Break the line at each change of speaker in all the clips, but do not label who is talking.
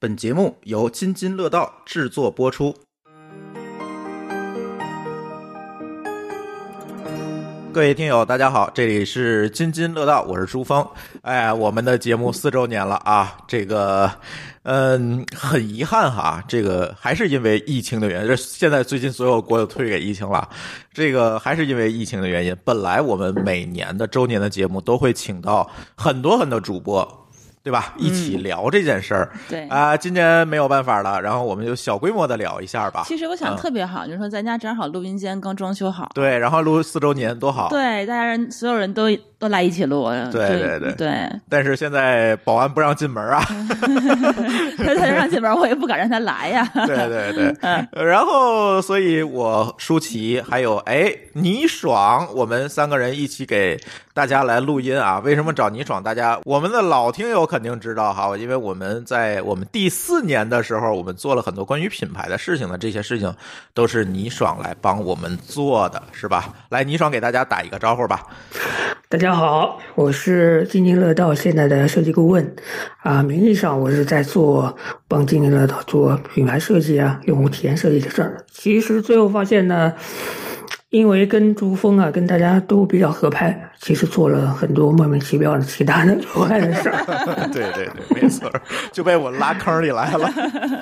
本节目由津津乐道制作播出。各位听友大家好，这里是津津乐道，我是朱峰。我们的节目4周年了啊，这个很遗憾哈，这个还是因为疫情的原因，现在最近所有锅都推给疫情了，这个还是因为疫情的原因。本来我们每年的周年的节目都会请到很多主播，对吧？一起聊这件事儿。
对
今年没有办法了，然后我们就小规模的聊一下吧。
其实我想特别好，就是说咱家正好录音间刚装修好，
对，然后录4周年多好。
对，大家所有人都来一起录。对。
但是现在保安不让进门啊，
他让进门，我也不敢让他来呀。
对。然后，所以我舒淇还有倪爽，我们3个人一起给大家来录音啊。为什么找倪爽？我们的老听友肯定知道哈，因为我们在我们第4年的时候，我们做了很多关于品牌的事情呢，这些事情都是倪爽来帮我们做的，是吧？来，倪爽给大家打一个招呼吧。
大家好，我是津津乐道现在的设计顾问名义上我是在帮津津乐道做品牌设计用户体验设计的事儿。其实最后发现呢，因为跟朱峰跟大家都比较合拍，其实做了很多莫名其妙的其他的额外的事儿。
对，没错，就被我拉坑里来了。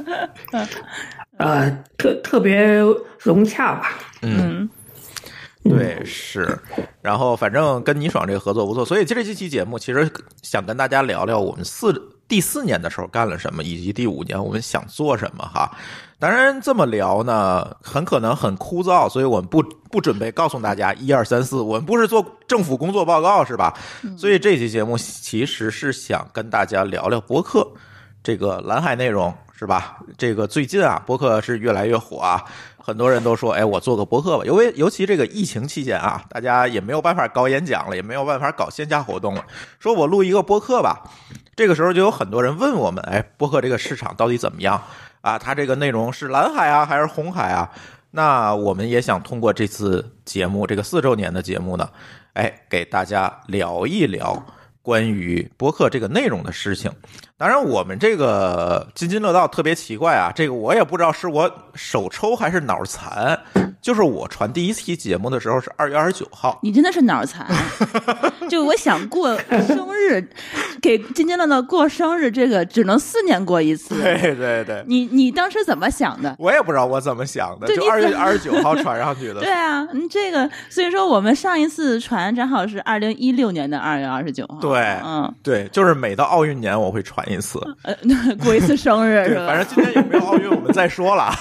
特别融洽吧。
对，是。然后反正跟倪爽这个合作不错，所以这期节目其实想跟大家聊聊我们第4年的时候干了什么，以及第5年我们想做什么哈。当然这么聊呢，很可能很枯燥，所以我们不准备告诉大家1、2、3、4，我们不是做政府工作报告是吧？所以这期节目其实是想跟大家聊聊播客这个蓝海内容，是吧？这个最近播客是越来越火很多人都说我做个播客吧，尤其这个疫情期间大家也没有办法搞演讲了，也没有办法搞线下活动了，说我录一个播客吧。这个时候就有很多人问我们播客这个市场到底怎么样它这个内容是蓝海还是红海那我们也想通过这次节目，这个4周年的节目呢给大家聊一聊关于播客这个内容的事情。当然我们这个津津乐道特别奇怪这个我也不知道是我手抽还是脑残，就是我传第1期节目的时候是2月29号。
你真的是脑残。就我想过生日，给津津乐道过生日，这个只能4年过一次。
对。
你当时怎么想的？
我也不知道我怎么想的，就2月29号传上去的。
对这个所以说我们上一次传正好是2016年的2月29号。
对，对，就是每到奥运年我会传一次，
过一次生日是吧？
反正今天有没有奥运我们再说了。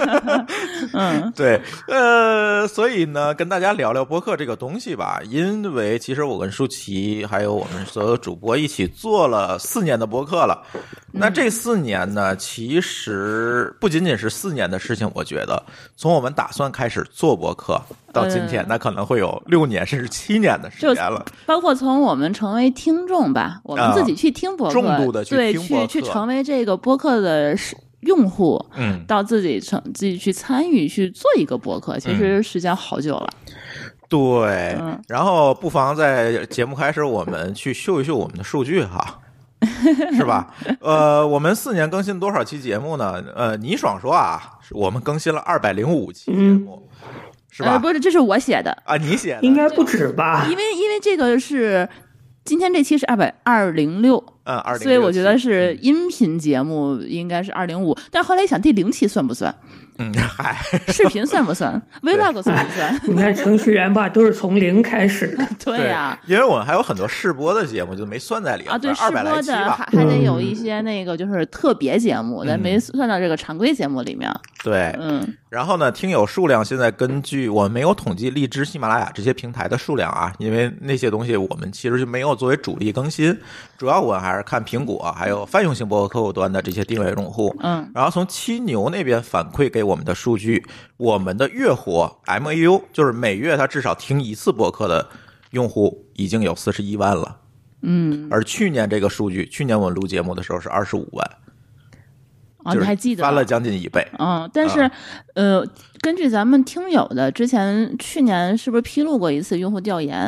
对，所以呢，跟大家聊聊播客这个东西吧。因为其实我跟舒淇还有我们所有主播一起做了4年的播客了。那这4年呢，其实不仅仅是4年的事情，我觉得从我们打算开始做播客到今天，那可能会有6年甚至7年的时间了。
包括从我们成为听众吧，我们自己去听播客，
重度的去听播客，
去成为这个播客的用户，到自己去参与去做一个播客，其实时间好久了。
对，然后不妨在节目开始我们去秀一秀我们的数据哈。是吧？我们4年更新多少期节目呢？倪爽说我们更新了205期节目，是吧？
不是，这是我写的
你写的，
应该不止吧？
因为这个是今天这期是206，所以我觉得是音频节目应该是205，但后来想第0期算不算？视频算不算？Vlog 算不算？
你看程序员吧，都是从0开始的。
对
因为我们还有很多试播的节目就没算在里
对，试
200来期吧，
还得有一些那个就是特别节目，但没算到这个常规节目里面。
对，然后呢，听友数量现在根据我们没有统计荔枝、喜马拉雅这些平台的数量因为那些东西我们其实就没有作为主力更新，主要我还是看苹果还有泛用型播客客户端的这些订阅用户。然后从七牛那边反馈给我们的数据，我们的月活 MAU 就是每月他至少听1次播客的用户已经有41万了。而去年这个数据，去年我们录节目的时候是25万。
你还记得
翻了将近1倍。
但是根据咱们听友的之前去年是不是披露过一次用户调研，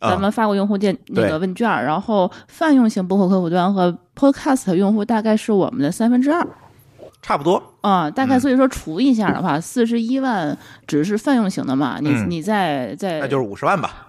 咱们发过用户那个问卷，然后泛用型播客客户端和 Podcast 用户大概是我们的2/3，
差不多
大概所以说除一下的话，41万只是泛用型的嘛，你在
那就是50万吧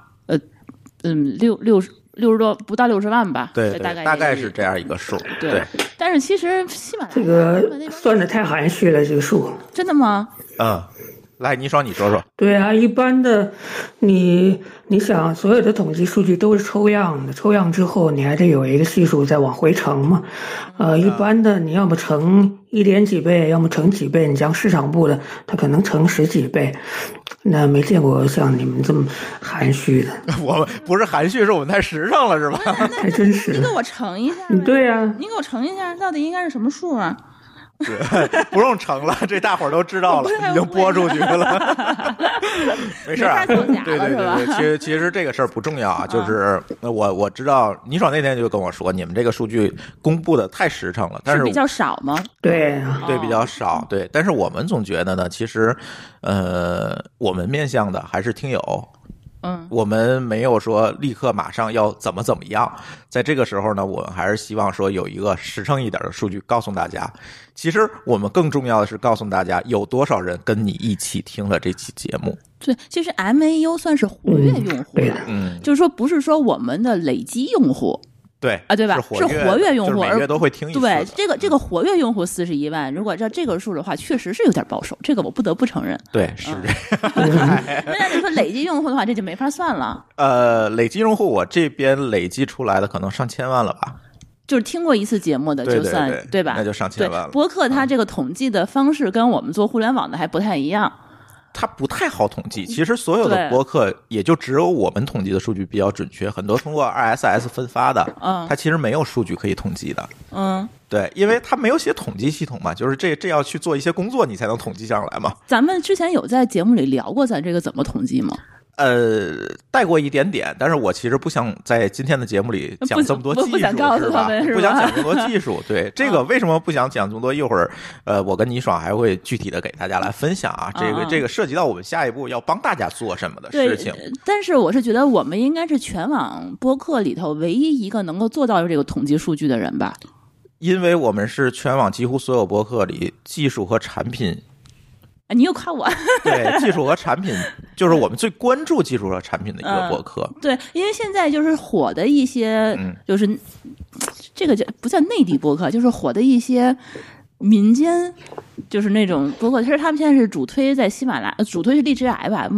，60多不到60万吧，
对，大概是这样一个数，对。
但是其实喜马拉雅
这个算的太含蓄了，这个数
真的吗？
来，倪爽你说说。
对啊，一般的你想所有的统计数据都是抽样的，抽样之后你还得有一个系数再往回乘嘛。一般的你要么乘1点几倍，要么乘几倍，你像市场部的它可能乘10几倍，那没见过像你们这么含蓄的。
我们不是含蓄，是我们太时尚了，是吧？
太真实了。
你给我乘一下。
对啊，
你给我乘一下，到底应该是什么数啊？
不用乘了，这大伙儿都知道了，已经播出去了。没事啊，对，其实这个事儿不重要啊，就是我知道倪爽那天就跟我说，你们这个数据公布的太实诚了，但是
比较少吗？
对，
比较少，对。但是我们总觉得呢，其实我们面向的还是听友。我们没有说立刻马上要怎么样，在这个时候呢，我们还是希望说有一个实诚一点的数据告诉大家。其实我们更重要的是告诉大家有多少人跟你一起听了这期节目。
对，其实 MAU 算是活跃用户，就是说不是说我们的累积用户。
对
啊，对吧？是活跃用户，
每月都会听一次。
对，这个活跃用户41万，如果照这个数的话，确实是有点保守，这个我不得不承认。
对，是这
样。那你说累计用户的话，这就没法算了。
累计用户我这边累计出来的可能上千万了吧。
就是听过一次节目的就算，对吧？
那就上千万了。
播客它这个统计的方式跟我们做互联网的还不太一样。
它不太好统计，其实所有的播客也就只有我们统计的数据比较准确，很多通过 RSS 分发的，它其实没有数据可以统计的。对，因为它没有写统计系统嘛，就是这要去做一些工作，你才能统计上来嘛。
咱们之前有在节目里聊过咱这个怎么统计吗？
带过一点点，但是我其实不想在今天的节目里讲这么多技术，
不想告诉他们是吧？
不想讲这么多技术。对，这个为什么不想讲这么多？一会儿我跟倪爽还会具体的给大家来分享啊。这个涉及到我们下一步要帮大家做什么的事情。
但是我是觉得我们应该是全网播客里头唯一一个能够做到这个统计数据的人吧？
因为我们是全网几乎所有播客里技术和产品。
你又夸我。
对，技术和产品就是我们最关注技术和产品的一个播客。
对，因为现在就是火的一些，就是这个不叫内地播客，就是火的一些民间，就是那种播客。其实他们现在是主推在喜马拉雅，主推是荔枝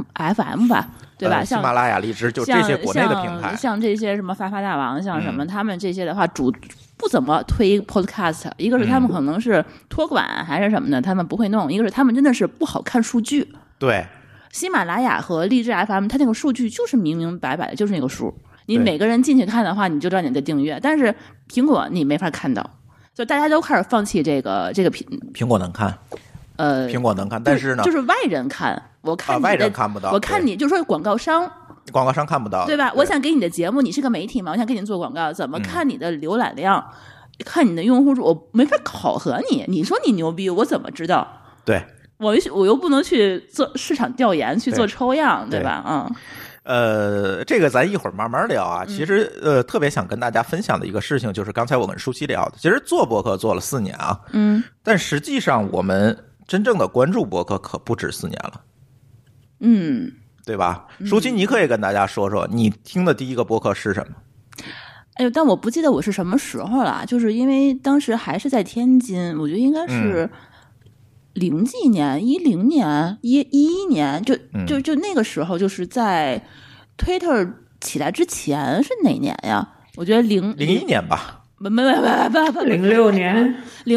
FM 吧，对吧？像
喜马拉雅、荔枝，就这些国内的平台，
像这些什么发大王，像什么他们这些的话，不怎么推 podcast， 一个是他们可能是托管还是什么的，他们不会弄；一个是他们真的是不好看数据。
对，
喜马拉雅和荔枝 FM， 它那个数据就是明明白白的，就是那个数。你每个人进去看的话，你就知道你的订阅，但是苹果你没法看到，就大家都开始放弃这个
苹果能看。苹果能看，但是呢，
就是外人看，我看
外人看不到。
我看你就是说广告商
看不到，
对吧？我想给你的节目，你是个媒体嘛，我想给你做广告，怎么看你的浏览量，看你的用户数，我没法考核你。你说你牛逼，我怎么知道？
对，
我又不能去做市场调研，去做抽样，对吧？
这个咱一会儿慢慢聊啊。其实特别想跟大家分享的一个事情，就是刚才我跟舒淇聊的。其实做播客做了4年啊，但实际上我们真正的关注播客可不止4年了，对吧？舒淇，你可以跟大家说说你听的第一个播客是什么？
哎呦，但我不记得我是什么时候了，就是因为当时还是在天津，我觉得应该是零几年，10年、11年，就那个时候，就是在 Twitter 起来之前是哪年呀？我觉得01
年吧。
不
，06年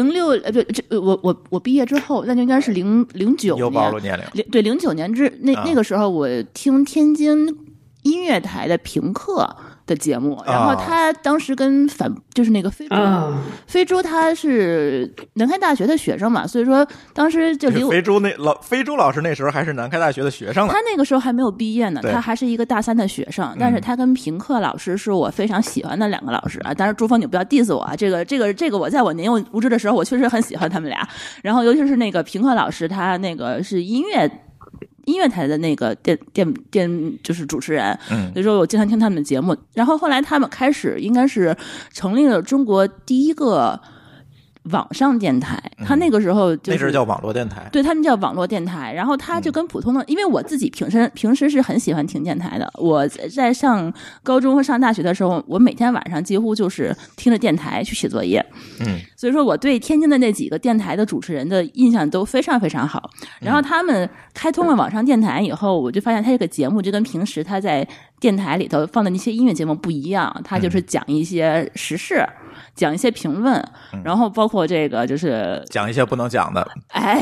，06我毕业之后，那就应该是09年。
又暴露年龄。
对09年那个时候，我听天津音乐台的评课的节目，然后他当时跟就是那个飞猪他是南开大学的学生嘛，所以说当时就离我
飞猪老师那时候还是南开大学的学生呢，
他那个时候还没有毕业呢，他还是一个大3的学生，但是他跟评课老师是我非常喜欢的2个老师啊。当然朱峰你不要 diss 我啊，这个我在我年幼无知的时候，我确实很喜欢他们俩。然后尤其是那个评课老师，他那个是音乐音乐台的那个电就是主持人，所以说我经常听他们的节目。然后后来他们开始应该是成立了中国第一个网上电台，他那个时候就是、
那时叫网络电台，
对他们叫网络电台。然后他就跟普通的，因为我自己平时是很喜欢听电台的。我在上高中和上大学的时候，我每天晚上几乎就是听着电台去写作业。所以说我对天津的那几个电台的主持人的印象都非常非常好。然后他们开通了网上电台以后，我就发现他这个节目就跟平时他在电台里头放的那些音乐节目不一样，他就是讲一些时事。讲一些评论，然后包括这个就是
讲一些不能讲的，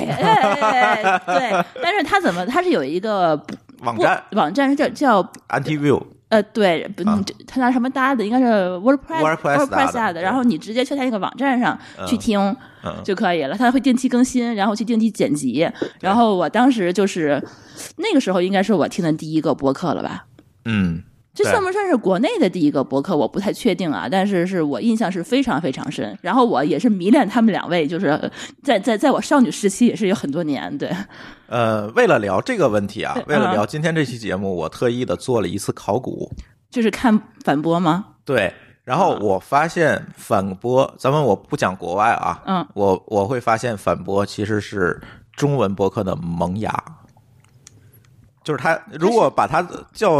对，但是他是有一个网站是叫
AntiView，
对，他拿什么搭的？应该是 WordPress 的，然后你直接去他那个网站上去听就可以了，他会定期更新，然后去定期剪辑。然后我当时就是那个时候应该是我听的第一个播客了吧？这算不算是国内的第一个播客？我不太确定啊，但是我印象是非常非常深。然后我也是迷恋他们两位，就是在我少女时期也是有很多年。对，
为了聊这个问题啊，为了聊今天这期节目，我特意的做了一次考古，
就是看反播吗？
对，然后我发现反播，咱们我不讲国外啊，我会发现反播其实是中文播客的萌芽，就是他如果把它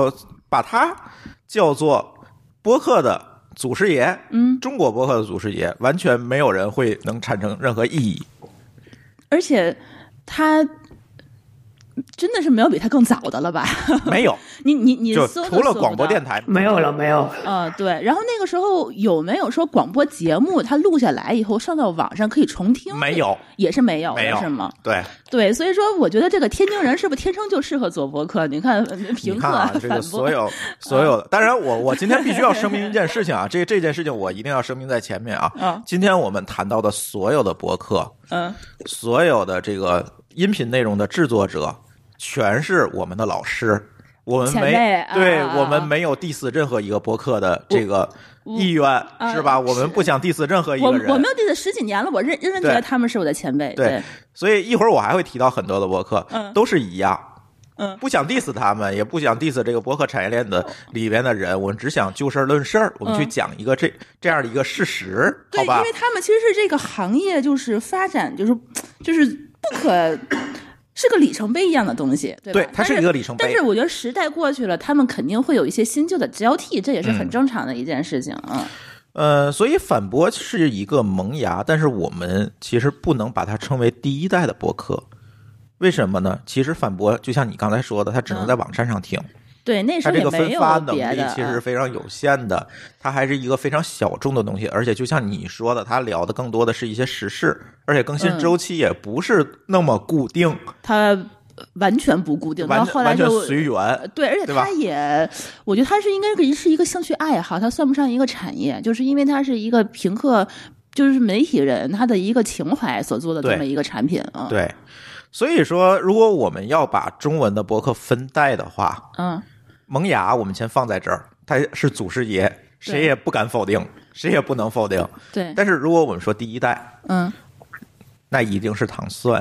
叫做播客的祖师爷，中国播客的祖师爷，完全没有人会能产生任何意义。而
且他真的是没有比他更早的了吧？
没有，
你
就除了广播电台
没有了。
对。然后那个时候有没有说广播节目它录下来以后上到网上可以重听？
没有，
也是没有的，是吗？
对，
所以说我觉得这个天津人是不是天生就适合做播客？你看评课、
这个所有的，当然我今天必须要声明一件事情啊，这件事情我一定要声明在前面啊。今天我们谈到的所有的播客，所有的这个音频内容的制作者。全是我们的老师，我们我们没有 diss 任何一个播客的这个意愿，是吧？我们不想 diss 任何一个人。
我没有 diss 十几年了，我认真觉得他们是我的前辈。对，
所以一会儿我还会提到很多的播客，都是一样。不想 diss 他们，也不想 diss 这个播客产业链的里边的人，我们只想就事论事，我们去讲一个这样的一个事实，好吧？
因为他们其实是这个行业就是发展就是不可。是个里程碑一样的东西，对吧？
对，它是一个里程碑。
但是我觉得时代过去了，他们肯定会有一些新旧的交替，这也是很正常的一件事情啊。
所以反驳是一个萌芽，但是我们其实不能把它称为第一代的播客。为什么呢？其实反驳就像你刚才说的，它只能在网站上听。
对，那时候
它这个分发能
力
其实是非常有限的，它还是一个非常小众的东西，而且就像你说的，它聊的更多的是一些时事，而且更新周期也不是那么固定，
它完全不固定，到后来就
完全随缘。
对，而且它也，我觉得它是应该是一个兴趣爱好，它算不上一个产业，就是因为它是一个评课，就是媒体人他的一个情怀所做的这么一个产品啊。
对，所以说，如果我们要把中文的播客分代的话，萌芽我们先放在这儿，它是祖师爷，谁也不敢否定，谁也不能否定。
对，
但是如果我们说第一代，那一定是糖蒜。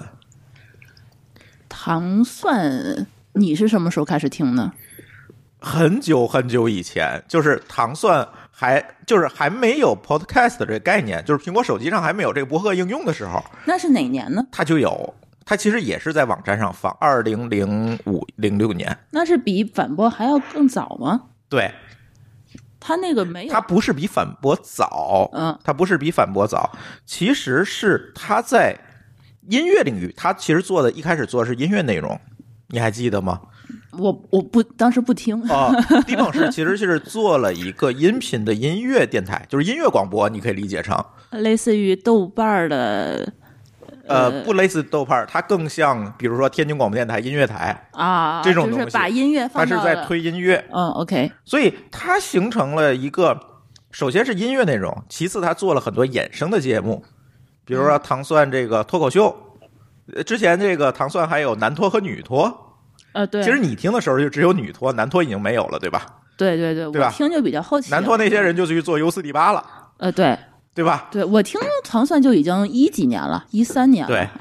糖蒜，你是什么时候开始听呢？
很久很久以前，就是糖蒜还没有 podcast 这个概念，就是苹果手机上还没有这个播客应用的时候。
那是哪年呢？
它就有。它其实也是在网站上放，2005-06年。
那是比反播还要更早吗？
对，
它那个没有，
它不是比反播早，它不是比反播早，其实是它在音乐领域，它其实一开始做的是音乐内容，你还记得吗？
我当时不听
低捧是其实是做了一个音频的音乐电台，就是音乐广播，你可以理解成
类似于豆瓣的。
不类似豆瓣，它更像比如说天津广播电台音乐台
啊，
这种东西，
就是把音乐放到
它是在推音乐。
OK，
所以它形成了一个，首先是音乐内容，其次它做了很多衍生的节目，比如说糖蒜这个脱口秀，之前这个糖蒜还有男脱和女脱，
对，
其实你听的时候就只有女脱，男脱已经没有了，对吧？
对，
对吧？
我听就比较后期，
男脱那些人就去做 U4D8 了，
对吧？
对，我听
糖蒜就已经10几年了，13年了。
对，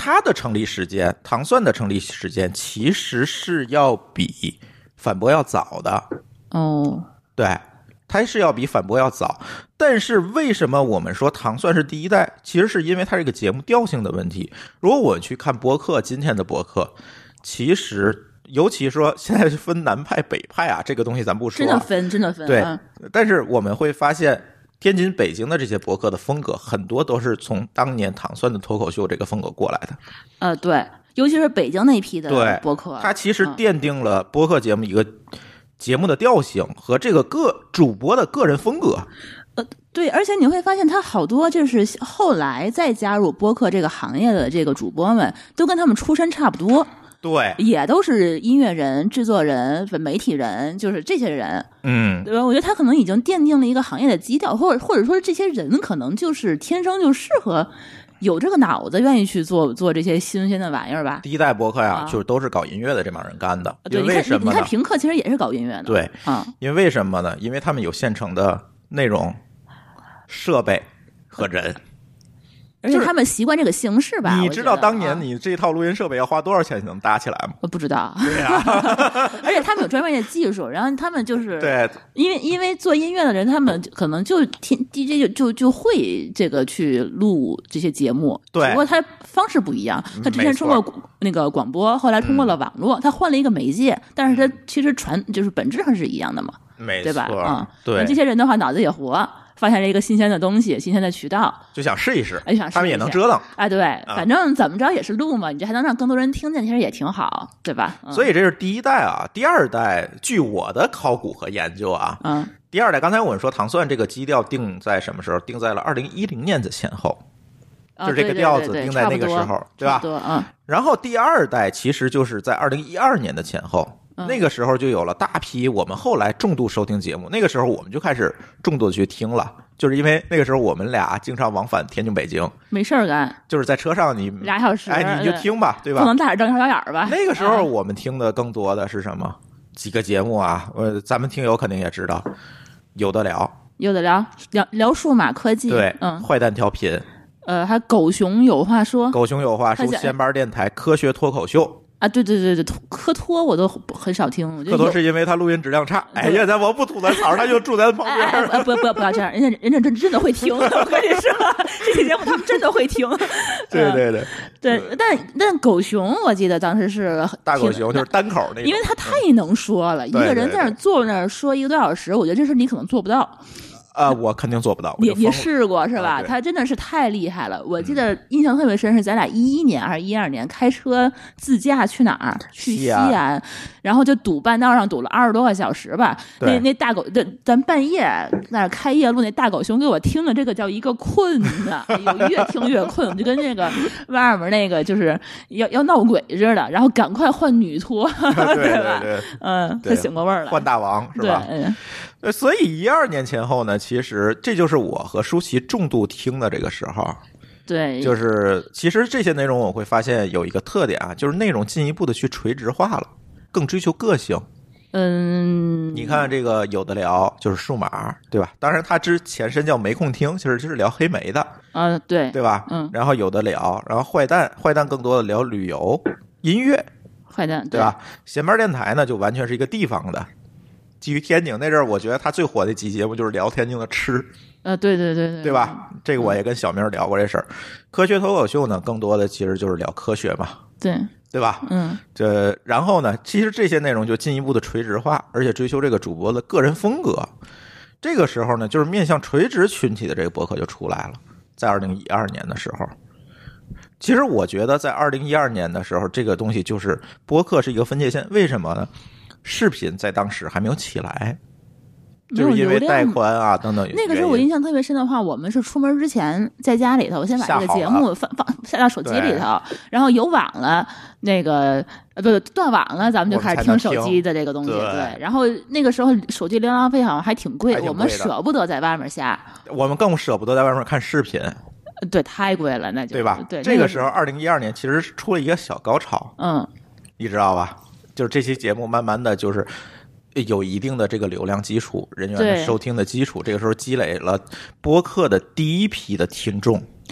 它的成立时间，糖蒜的成立时间其实是要比反驳要早的。
哦，
对，它是要比反驳要早。但是为什么我们说糖蒜是第一代？其实是因为它这个节目调性的问题。如果我去看播客，今天的播客，其实尤其说现在是分南派北派啊，这个东西咱不说，
真的分。
对，但是我们会发现天津、北京的这些播客的风格，很多都是从当年糖蒜的脱口秀这个风格过来的。
对，尤其是北京那一批的播客，
它其实奠定了播客节目一个节目的调性和这个主播的个人风格。
对，而且你会发现，他好多就是后来再加入播客这个行业的这个主播们，都跟他们出身差不多。
对，
也都是音乐人、制作人、媒体人，就是这些人，对吧？我觉得他可能已经奠定了一个行业的基调，或者说这些人可能就是天生就适合有这个脑子，愿意去做这些新鲜的玩意儿吧。
第一代播客呀，就是都是搞音乐的这帮人干的。
对，
为什么呢？
你看评课其实也是搞音乐的。
对因为为什么呢？因为他们有现成的内容、设备和人。
而且他们习惯这个形式吧？
你知道当年你这套录音设备要花多少钱才能搭起来吗？
我不知道。
对呀，
而且他们有专业的技术，然后他们就是
对，
因为做音乐的人，他们可能就听 DJ 就会这个去录这些节目，
对，
不过他方式不一样。他之前通过那个广播，后来通过了网络，他换了一个媒介，但是他其实就是本质上是一样的嘛，对吧？
对，
这些人的话脑子也活。发现了一个新鲜的东西，新鲜的渠道，
就想试一试，
想
他们也能折腾。
对，反正怎么着也是录嘛，你这还能让更多人听见，其实也挺好，对吧？
所以这是第一代啊，第二代，据我的考古和研究啊，第二代，刚才我们说糖蒜这个基调定在什么时候？定在了2010年的前后，就是这个调子定在那个时候，对吧？然后第二代其实就是在2012年的前后。那个时候就有了大批我们后来重度收听节目，那个时候我们就开始重度的去听了，就是因为那个时候我们俩经常往返天津、北京，
没事儿干，
就是在车上你
2小时，
你就听吧，对吧？
不能大眼瞪小眼儿吧？
那个时候我们听的更多的是什么？几个节目啊，咱们听友肯定也知道，有的聊数码科技， 对，坏蛋调频，
还狗熊有话说，
闲班电台，科学脱口秀。
对，科托我都很少听。
科托是因为他录音质量差。哎呀，我不吐槽槽，他就住在旁边。
不要这样，人家真的会听。我跟你说，这期节目他们真的会听。
对，
但狗熊我记得当时是
大狗熊，就是单口那个，
因为他太能说了，一个人在那坐那说1个多小时，我觉得这事你可能做不到。
我肯定做不到。
你试过是吧？他真的是太厉害了。我记得印象特别深，是咱俩11年还是12年开车自驾去哪儿？去西安，然后就堵半道上，堵了20多个小时吧。那大狗，咱半夜那开夜路，那大狗熊给我听的这个叫一个困的，哎呦，越听越困，就跟那个外面那个就是要闹鬼似的。然后赶快换女托，对吧？他醒过味儿了，
换大王是吧？所以12年前后呢，其实这就是我和舒淇重度听的这个时候。
对，
就是其实这些内容我会发现有一个特点啊，就是内容进一步的去垂直化了，更追求个性。你看这个有的聊就是数码，对吧？当然它之前身叫没空听，其实就是聊黑莓的对吧？然后有的聊，然后坏蛋更多的聊旅游、音乐，
坏蛋
对吧？闲班电台呢就完全是一个地方的。基于天津那阵儿，我觉得他最火的几节目就是聊天津的吃，对吧？这个我也跟小明聊过这事儿。科学脱口秀呢，更多的其实就是聊科学嘛，对吧？然后呢，其实这些内容就进一步的垂直化，而且追求这个主播的个人风格。这个时候呢，就是面向垂直群体的这个播客就出来了，在2012年的时候。其实我觉得在2012年的时候，这个东西就是播客是一个分界线，为什么呢？视频在当时还没有起来，就是因为带宽啊等等。
那个时候我印象特别深的话，我们是出门之前在家里头，我先把这个节目下到手机里头，然后有网了，那个断网了，咱们就开始听手机的这个东西。对，然后那个时候手机流量费好像还挺贵，我们舍不得在外面下，
我们更舍不得在外面看视频。
对，太贵了，那就
对吧？对，这个时候2012年其实出了一个小高潮，你知道吧？就是这期节目慢慢的就是有一定的这个流量基础，人员的收听的基础，这个时候积累了播客的第一批的听众。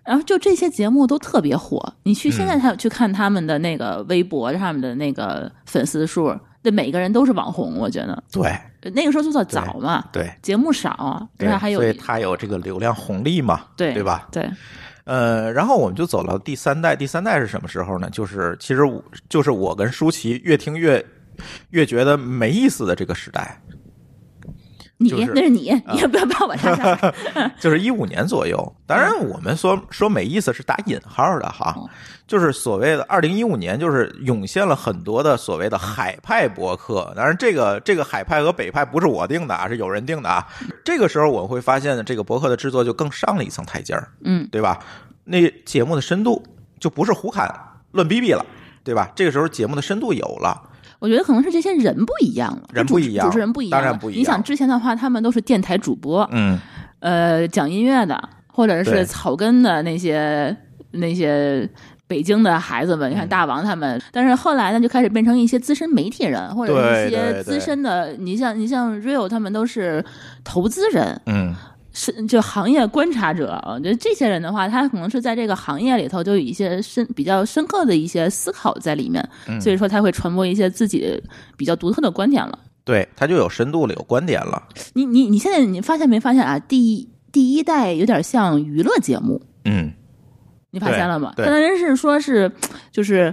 然后就这些节目都特别火，你现在去看他们的那个微博上面的那个粉丝数，对每个人都是网红，我觉得。
对，
那个时候做的早嘛，
对，
节目少，对，还有，
所以他有这个流量红利嘛，对吧？
对。
然后我们就走到第三代，第三代是什么时候呢？其实就是我跟舒淇越听越觉得没意思的这个时代。
那是你也不要把我插上。
就是15年左右，当然我们说没意思是打引号的哈，就是所谓的2015年，就是涌现了很多的所谓的海派博客。当然这个海派和北派不是我定的啊，是有人定的啊。这个时候我会发现这个博客的制作就更上了一层台阶儿，对吧？那节目的深度就不是胡侃乱逼逼了，对吧？这个时候节目的深度有了。
我觉得可能是这些人不一样了，
人不一样，
主持人不一样，
当然不一样。
你想之前的话，他们都是电台主播，讲音乐的，或者是草根的那些北京的孩子们，你看大王他们。但是后来呢，就开始变成一些资深媒体人，或者一些资深的，你像 Real 他们都是投资人，是就行业观察者。我觉得这些人的话，他可能是在这个行业里头就有一些比较深刻的一些思考在里面，所以说他会传播一些自己比较独特的观点了。
对，他就有深度了，有观点了。
你现在你发现没发现啊？第一代有点像娱乐节目，你发现了吗？当然是说是就是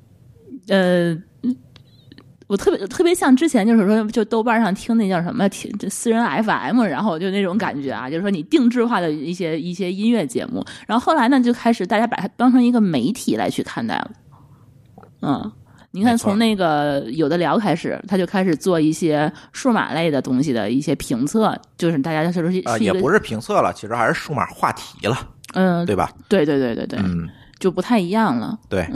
我特别像之前就是说就豆瓣上听那叫什么私人 FM， 然后就那种感觉啊，就是说你定制化的一些音乐节目，然后后来呢就开始大家把它当成一个媒体来去看待了。你看从那个有的聊开始，他就开始做一些数码类的东西的一些评测，就是大家就是
也不是评测了，其实还是数码话题了，对吧？
对，就不太一样了。
对，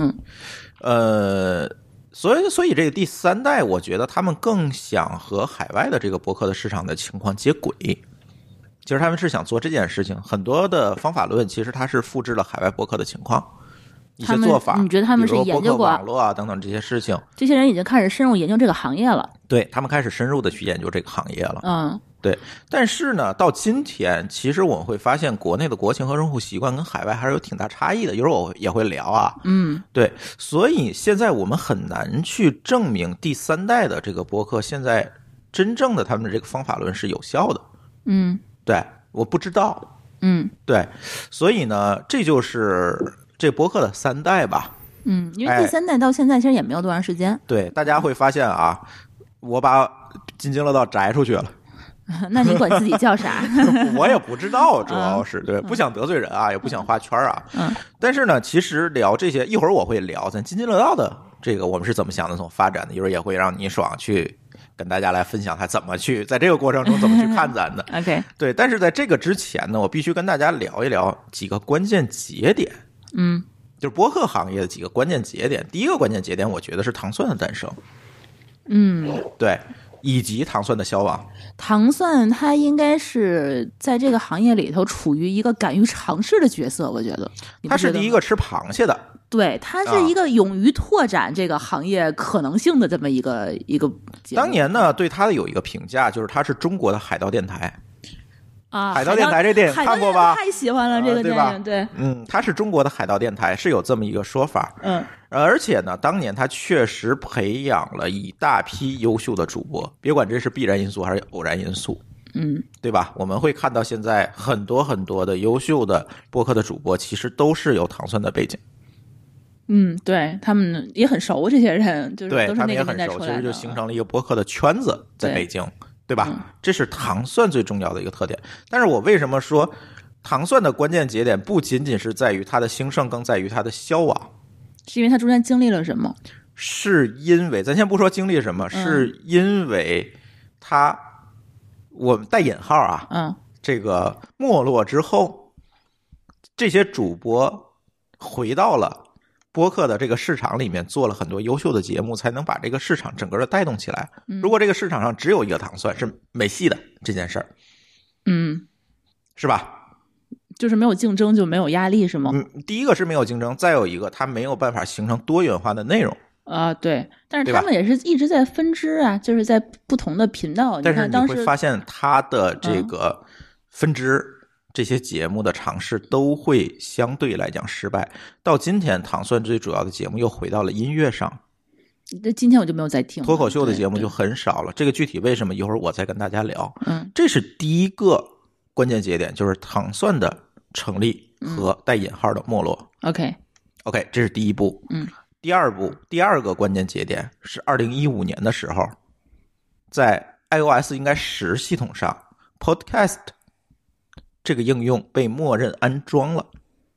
所以这个第三代，我觉得他们更想和海外的这个博客的市场的情况接轨。其实他们是想做这件事情，很多的方法论其实它是复制了海外博客的情况，一些做法。
你觉得他们是研究过
网络啊等等这些事情？
这些人已经开始深入研究这个行业了。
对，他们开始深入的去研究这个行业了。对。但是呢，到今天，其实我们会发现国内的国情和用户习惯跟海外还是有挺大差异的。一会儿我也会聊啊。对。所以现在我们很难去证明第三代的这个博客现在真正的他们的这个方法论是有效的。对，我不知道。对。所以呢，这就是这博客的三代吧。
因为第三代到现在其实也没有多长时间。
对，大家会发现啊，我把津津乐道摘出去了。
那你管自己叫啥？
我也不知道，主要是对，不想得罪人啊，也不想画圈啊。但是呢，其实聊这些，一会儿我会聊咱津津乐道的这个我们是怎么想的，怎么发展的。一会儿也会让倪爽去跟大家来分享他怎么去在这个过程中怎么去看咱的。
OK，
对。但是在这个之前呢，我必须跟大家聊一聊几个关键节点。就是播客行业的几个关键节点。第一个关键节点，我觉得是糖蒜的诞生。对。以及糖蒜的消亡。
糖蒜它应该是在这个行业里头处于一个敢于尝试的角色，我觉得。
他是第一个吃螃蟹的。
对，他是一个勇于拓展这个行业可能性的这么一个节目。
当年呢，对他的有一个评价，就是他是中国的海盗电台。
海
盗电台这电影看过吧？
太喜欢了这个电影，对。
他是中国的海盗电台，是有这么一个说法。而且呢，当年他确实培养了一大批优秀的主播，别管这是必然因素还是偶然因素，对吧？我们会看到现在很多很多的优秀的播客的主播，其实都是有糖蒜的背景。
对，他们也很熟，这些人就是
对
都是那个年代
他们也很熟，
出来的，
其实就形成了一个播客的圈子在北京。对吧？这是糖蒜最重要的一个特点。但是我为什么说糖蒜的关键节点不仅仅是在于它的兴盛，更在于它的消亡？
是因为它中间经历了什么？
是因为咱先不说经历什么，是因为它，我们带引号啊，这个没落之后，这些主播回到了播客的这个市场里面，做了很多优秀的节目，才能把这个市场整个的带动起来。如果这个市场上只有一个糖蒜，是没戏的这件事儿。是吧？
就是没有竞争就没有压力是吗？
第一个是没有竞争，再有一个它没有办法形成多元化的内容。
对，但是他们也是一直在分支啊，就是在不同的频道。
但是你会发现它的这个分支这些节目的尝试都会相对来讲失败。到今天糖蒜最主要的节目又回到了音乐上，
今天我就没有再听
脱口秀的节目就很少了。这个具体为什么一会儿我再跟大家聊。这是第一个关键节点，就是糖蒜的成立和带引号的没落。
OK，
这是第一步。第二个关键节点是2015年的时候，在 iOS 应该10系统上 Podcast 这个应用被默认安装了。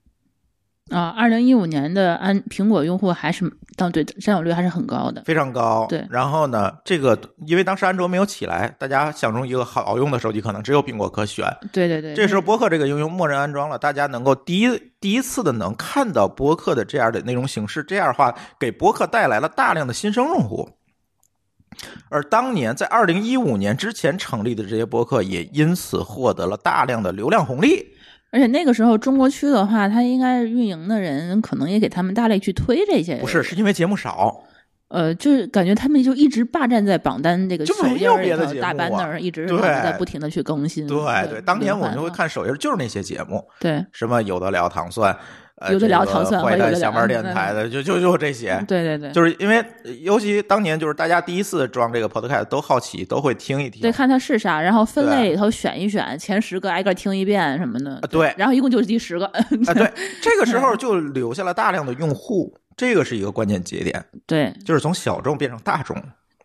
2015年的苹果用户还是对占有率还是很高的，
非常高。
对，
然后呢，这个因为当时安卓没有起来，大家想中一个好用的手机可能只有苹果可选。
对对对，
这时候播客这个应用默认安装了，大家能够第一次的能看到播客的这样的内容形式，这样的话给播客带来了大量的新生用户。而当年在2015年之前成立的这些播客也因此获得了大量的流量红利。
而且那个时候中国区的话，他应该运营的人可能也给他们大力去推这些。
不是，是因为节目少。
就是感觉他们就一直霸占在榜单这个首页里头，大
班
那儿一直在不停的去更新。
对，当年我们就会看首页，就是那些节目。
对，
什么有的聊糖蒜。
有的聊糖蒜，
坏蛋下班电台的，就这些。
对对对，
就是因为尤其当年就是大家第一次装这个 podcast 都好奇，都会听一听，
对，看它是啥，然后分类里头选一选，前10个挨个听一遍什么的。
对，
然后一共就是第10个。
对，这个时候就留下了大量的用户，这个是一个关键节点。
对，
就是从小众变成大众。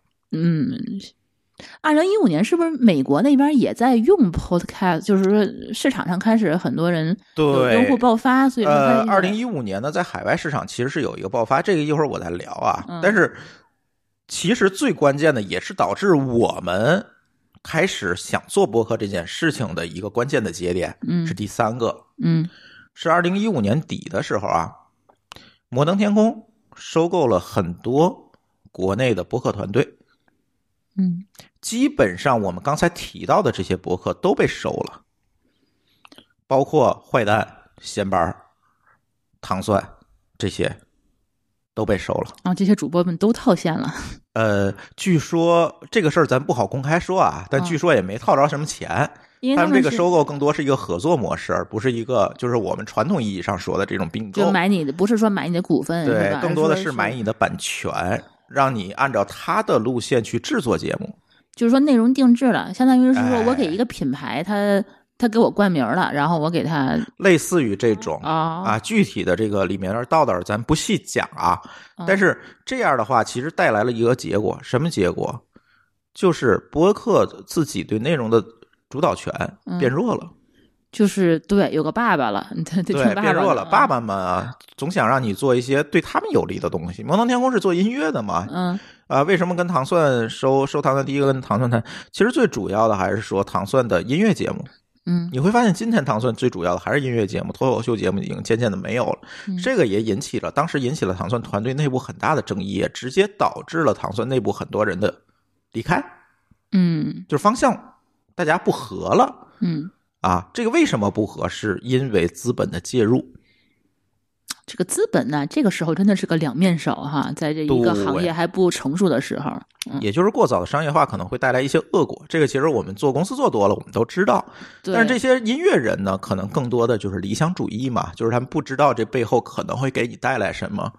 2015年是不是美国那边也在用 podcast？ 就是说市场上开始很多人有用户爆发，所以说
2015年呢，在海外市场其实是有一个爆发，这个一会儿我再聊啊。但是其实最关键的也是导致我们开始想做播客这件事情的一个关键的节点，是第3个，是2015年底的时候啊，摩登天空收购了很多国内的播客团队。基本上我们刚才提到的这些播客都被收了，包括坏蛋、闲班、糖蒜这些都被收了。
这些主播们都套现了。
据说这个事儿咱不好公开说啊，但据说也没套着什么钱。他们这个收购更多是一个合作模式，而不是一个就是我们传统意义上说的这种并购。
就买你的，不是说买你的股份，
对，更多的是买你的版权，让你按照他的路线去制作节目。
就是说内容定制了，相当于是说我给一个品牌，他给我冠名了，然后我给他
类似于这种具体的这个里面的道道咱不细讲啊。但是这样的话，其实带来了一个结果，什么结果？就是播客自己对内容的主导权变弱了。
就是对，有个爸爸了，
对，变弱了。爸爸们啊，总想让你做一些对他们有利的东西。摩登天空是做音乐的嘛？为什么跟糖蒜收糖蒜？第一个跟糖蒜谈，其实最主要的还是说糖蒜的音乐节目。你会发现今天糖蒜最主要的还是音乐节目，脱口秀节目已经渐渐的没有了。这个也当时引起了糖蒜团队内部很大的争议，也直接导致了糖蒜内部很多人的离开。就是方向大家不合了。这个为什么不合适？因为资本的介入。
这个资本呢，这个时候真的是个两面手哈，在这一个行业还不成熟的时候，
也就是过早的商业化可能会带来一些恶果。这个其实我们做公司做多了，我们都知道。但是这些音乐人呢，可能更多的就是理想主义嘛，就是他们不知道这背后可能会给你带来什么。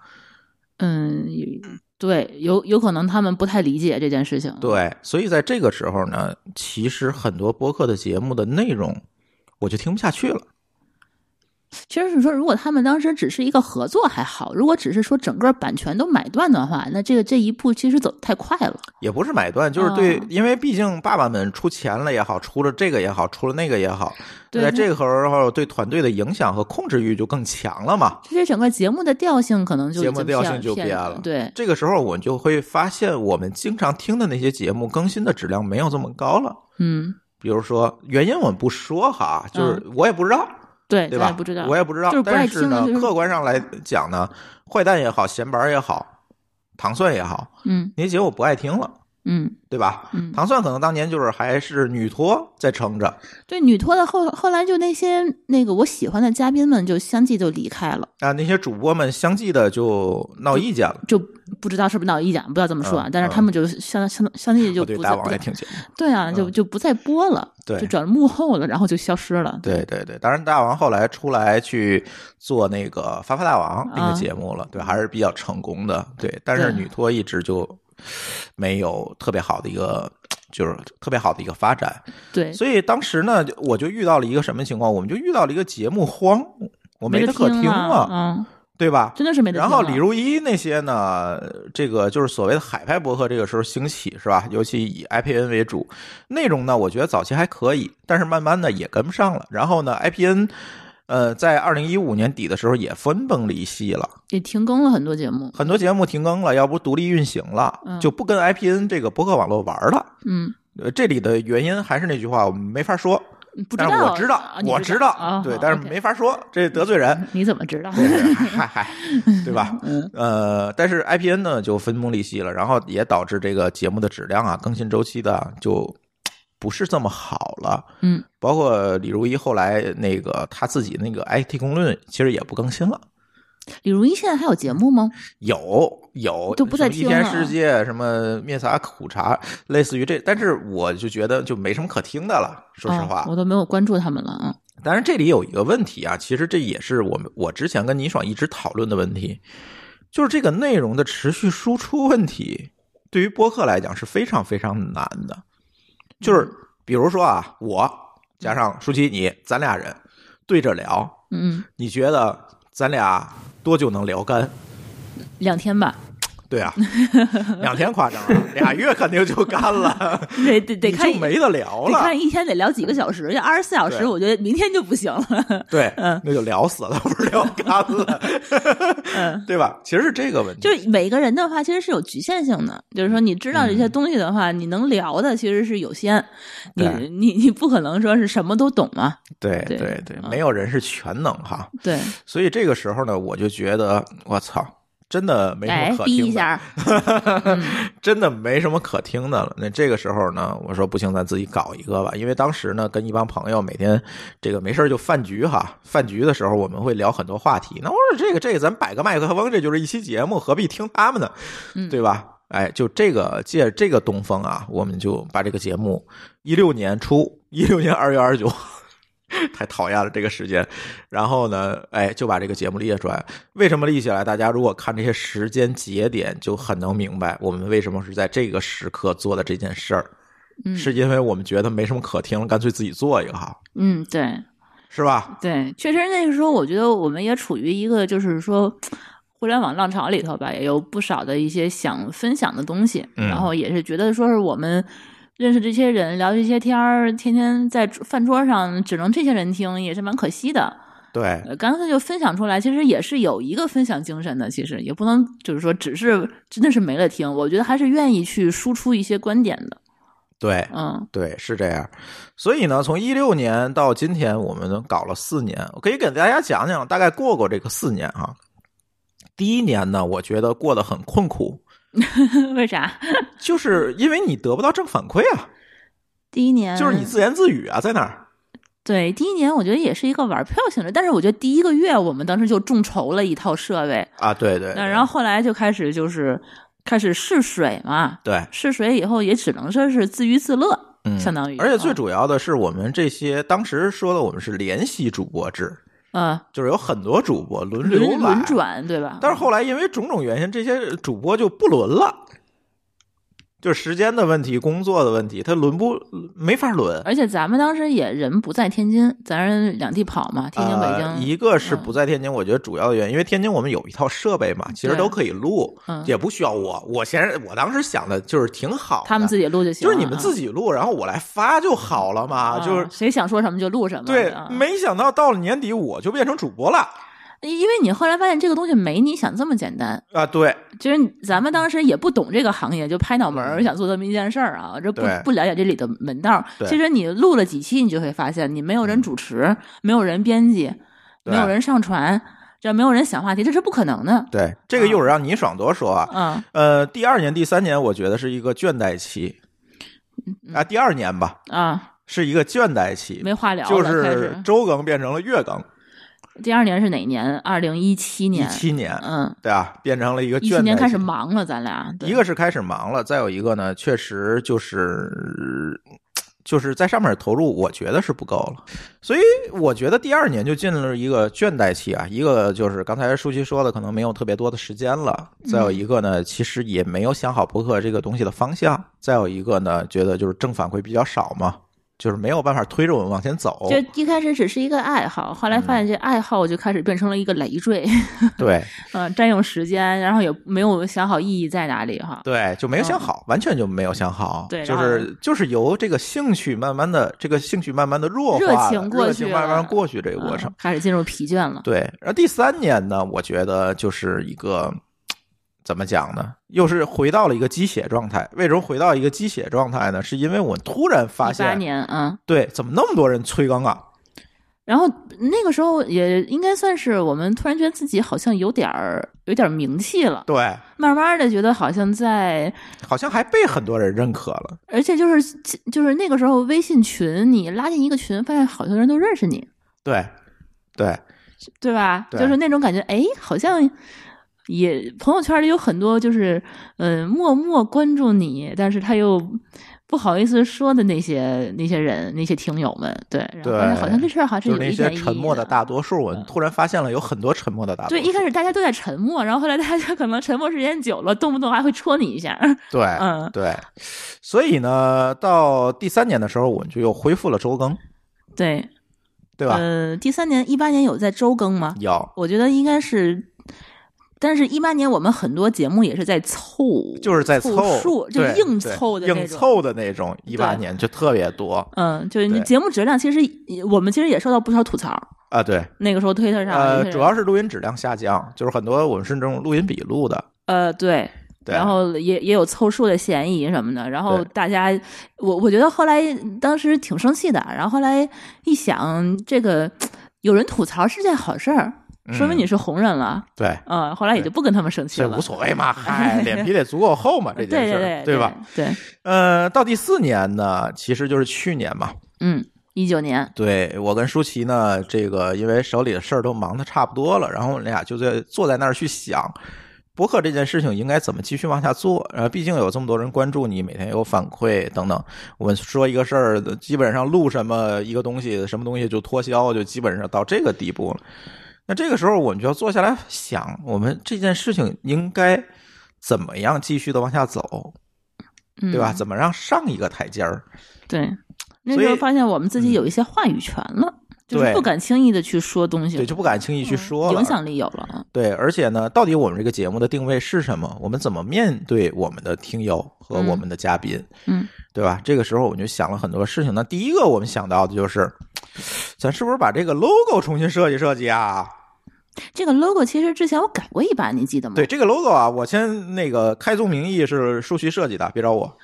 对，有可能他们不太理解这件事情。
对，所以在这个时候呢，其实很多播客的节目的内容我就听不下去了。
其实是说，如果他们当时只是一个合作还好，如果只是说整个版权都买断的话，那这一步其实走太快了。
也不是买断，就是对，因为毕竟爸爸们出钱了也好，出了这个也好，出了那个也好，在这个时候对团队的影响和控制欲就更强了嘛。
这整个节目的调性可能就
变了。
对，
这个时候我们就会发现，我们经常听的那些节目更新的质量没有这么高了。比如说原因我们不说哈，就是我也不知道。对吧？
不知道，
我也不知道。
就是不爱听
但是呢，客观上来讲呢，坏蛋也好，闲班也好，糖蒜也好，那些节目我不爱听了，对吧？糖蒜可能当年就是还是女托在撑着，
对，女托的后来就那个我喜欢的嘉宾们就相继就离开了
啊，那些主播们相继的就闹意见了，
就不知道是不是闹意见，不要这么说啊。但是他们就相当于就不
大王也挺节目，
对啊，就不再播了，
对，
就转幕后了，然后就消失了。
对对对，当然大王后来出来去做那个发发大王那个节目了，对，还是比较成功的，对。但是女托一直就没有特别好的一个。就是特别好的一个发展，
对，
所以当时呢，我就遇到了一个什么情况？我们就遇到了一个节目荒，我没得可听了，对吧？
真的是没得听了。
然后李如一那些呢，这个就是所谓的海派博客，这个时候兴起是吧？尤其以 IPN 为主，内容呢，我觉得早期还可以，但是慢慢的也跟不上了。然后呢 ，IPN。在2015年底的时候也分崩离析了，
也停更了很多节目，
很多节目停更了，要不独立运行了，就不跟 IPN 这个播客网络玩了。这里的原因还是那句话，我们没法说。
不知道，
但是我知道，对，但是没法说，这得罪人。
你怎么知道？
嗨，对吧？但是 IPN 呢就分崩离析了，然后也导致这个节目的质量啊、更新周期的就不是这么好了。包括李如一后来那个他自己那个 IT 公论其实也不更新了。
李如一现在还有节目吗？
有
都不再听了。
一天世界什么灭茶苦茶，类似于这，但是我就觉得就没什么可听的了，说实话，
我都没有关注他们了啊。
当然这里有一个问题啊，其实这也是我之前跟倪爽一直讨论的问题，就是这个内容的持续输出问题，对于播客来讲是非常非常难的。就是比如说啊，我加上舒淇你，咱俩人对着聊，你觉得咱俩多久能聊干
？2天吧。
对啊，2天夸张了，2月肯定就干了。
得看，
就没得聊了。
得看一天得聊几个小时，要24小时，我觉得明天就不行了。
对，那就聊死了，不是聊干了，对吧？其实是这个问题。
就是每个人的话，其实是有局限性的。就是说，你知道这些东西的话，你能聊的其实是有限。你不可能说是什么都懂嘛。
对，没有人是全能哈。
对，
所以这个时候呢，我就觉得我操。真的没什么可听的，
逼一下
真的没什么可听的了。那这个时候呢，我说不行，咱自己搞一个吧。因为当时呢，跟一帮朋友每天这个没事就饭局哈，饭局的时候我们会聊很多话题。那我说这个咱摆个麦克风，这就是一期节目，何必听他们呢？对吧？哎，就这个借这个东风啊，我们就把这个节目16年2月29。太讨厌了这个时间，然后呢，就把这个节目列出来。为什么立起来？大家如果看这些时间节点，就很能明白我们为什么是在这个时刻做的这件事儿。是因为我们觉得没什么可听了，干脆自己做一个哈。
对，
是吧？
对，确实那个时候，我觉得我们也处于一个就是说互联网浪潮里头吧，也有不少的一些想分享的东西，然后也是觉得说是我们。认识这些人，聊这些天儿，天天在饭桌上，只能这些人听，也是蛮可惜的。
对，
刚才就分享出来，其实也是有一个分享精神的，其实也不能就是说只是真的是没了听，我觉得还是愿意去输出一些观点的。
对，对，是这样。所以呢，从16年到今天，我们搞了4年，我可以给大家讲讲，大概过这个4年哈。第1年呢，我觉得过得很困苦。
为啥？
就是因为你得不到正反馈啊。
第1年
就是你自言自语啊，在哪儿？
对，第1年我觉得也是一个玩票性质，但是我觉得第1个月我们当时就众筹了一套设备
啊，对，
然后后来就开始试水嘛，
对，
试水以后也只能说是自娱自乐，相当于。
而且最主要的是，我们这些当时说的，我们是联席主播制。就是有很多主播轮
转，对吧？
但是后来因为种种原因，这些主播就不轮了，就是时间的问题、工作的问题，他没法轮。
而且咱们当时也人不在天津，咱是2地跑嘛，天津、北京。
一个是不在天津，我觉得主要的原因，因为天津我们有一套设备嘛，其实都可以录，也不需要我。我当时想的就是挺好的，
他们自己录就行，
就是你们自己录，然后我来发就好了嘛。就是
谁想说什么就录什么。
对，没想到到了年底我就变成主播了。
因为你后来发现这个东西没你想这么简单
啊！对，
其实咱们当时也不懂这个行业，就拍脑门想做这么一件事儿啊，这不了解这里的门道。其实你录了几期，你就会发现，你没有人主持，没有人编辑，没有人上传，这没有人想话题，这是不可能的。
对，这个一会儿让倪爽多说啊。第2年、第3年，我觉得是一个倦怠期啊。第2年吧，
是
一个倦怠期，
没话聊了，
就是周更变成了月更。
第二年是哪年？2017年。
17年，对啊，变成了一个倦怠期。
17年开始忙了，咱俩。
一个是开始忙了，再有一个呢，确实就是在上面投入，我觉得是不够了，所以我觉得第二年就进入了一个倦怠期啊。一个就是刚才舒淇说的，可能没有特别多的时间了；再有一个呢，其实也没有想好播客这个东西的方向；再有一个呢，觉得就是正反馈比较少嘛。就是没有办法推着我们往前走。
就一开始只是一个爱好，后来发现这爱好就开始变成了一个累赘。
对，
占用时间，然后也没有想好意义在哪里哈。
对，就没有想好，完全就没有想好。
对，
就是由这个兴趣慢慢的弱化，
热情
慢慢过去这个过程，
开始进入疲倦了。
对，然后第3年呢，我觉得就是一个。怎么讲呢？又是回到了一个鸡血状态。为什么回到一个鸡血状态呢？是因为我突然发现，18
年，
对，怎么那么多人催更啊？
然后那个时候也应该算是我们突然觉得自己好像有点名气了，
对，
慢慢的觉得好像
还被很多人认可了，
而且就是那个时候微信群，你拉进一个群，发现好多人都认识你，
对
吧？
对，
就是那种感觉，哎，好像。也朋友圈里有很多就是默默关注你，但是他又不好意思说的那些人，那些听友们，对，好像这事儿还是有一点意义的。
就是那些沉默的大多数，我突然发现了有很多沉默的大多数。
对，一开始大家都在沉默，然后后来大家可能沉默时间久了，动不动还会戳你一下。
对，对，所以呢，到第3年的时候，我们就又恢复了周更。
对
吧？
第3年18年有在周更吗？
有，
我觉得应该是。但是18年我们很多节目也是在
就是在
凑，就硬凑
的那种。18年就特别多，
就是你节目质量，其实我们其实也受到不少吐槽
啊。对，
那个时候推特上，
主要是录音质量下降，就是很多我们是这种录音笔录的，
对，然后也有凑数的嫌疑什么的，然后大家，我觉得后来当时挺生气的，然后后来一想，这个有人吐槽是件好事儿。说明你是红人了，
对，
后来也就不跟他们生气了，
这无所谓嘛，脸皮得足够厚嘛，这件事，
对
吧？
对，
到第4年呢，其实就是去年嘛
，19年，
对，我跟舒淇呢，这个因为手里的事儿都忙得差不多了，然后我们俩就坐在那儿去想，播客这件事情应该怎么继续往下做，毕竟有这么多人关注你，每天有反馈等等，我们说一个事儿，基本上录什么一个东西，什么东西就脱销，就基本上到这个地步了。那这个时候我们就要坐下来想，我们这件事情应该怎么样继续的往下走，对吧？怎么让上一个台阶儿？
对，那时候发现我们自己有一些话语权了，就是不敢轻易的去说东西，
对，就不敢轻易去说了，
影响力有了。
对，而且呢，到底我们这个节目的定位是什么？我们怎么面对我们的听友和我们的嘉宾？对吧？这个时候我们就想了很多事情。那第一个我们想到的就是，咱是不是把这个 logo 重新设计啊？
这个 logo 其实之前我改过一版，你记得吗？
对，这个 logo 啊，我先开宗明义是舒淇设计的，别找我。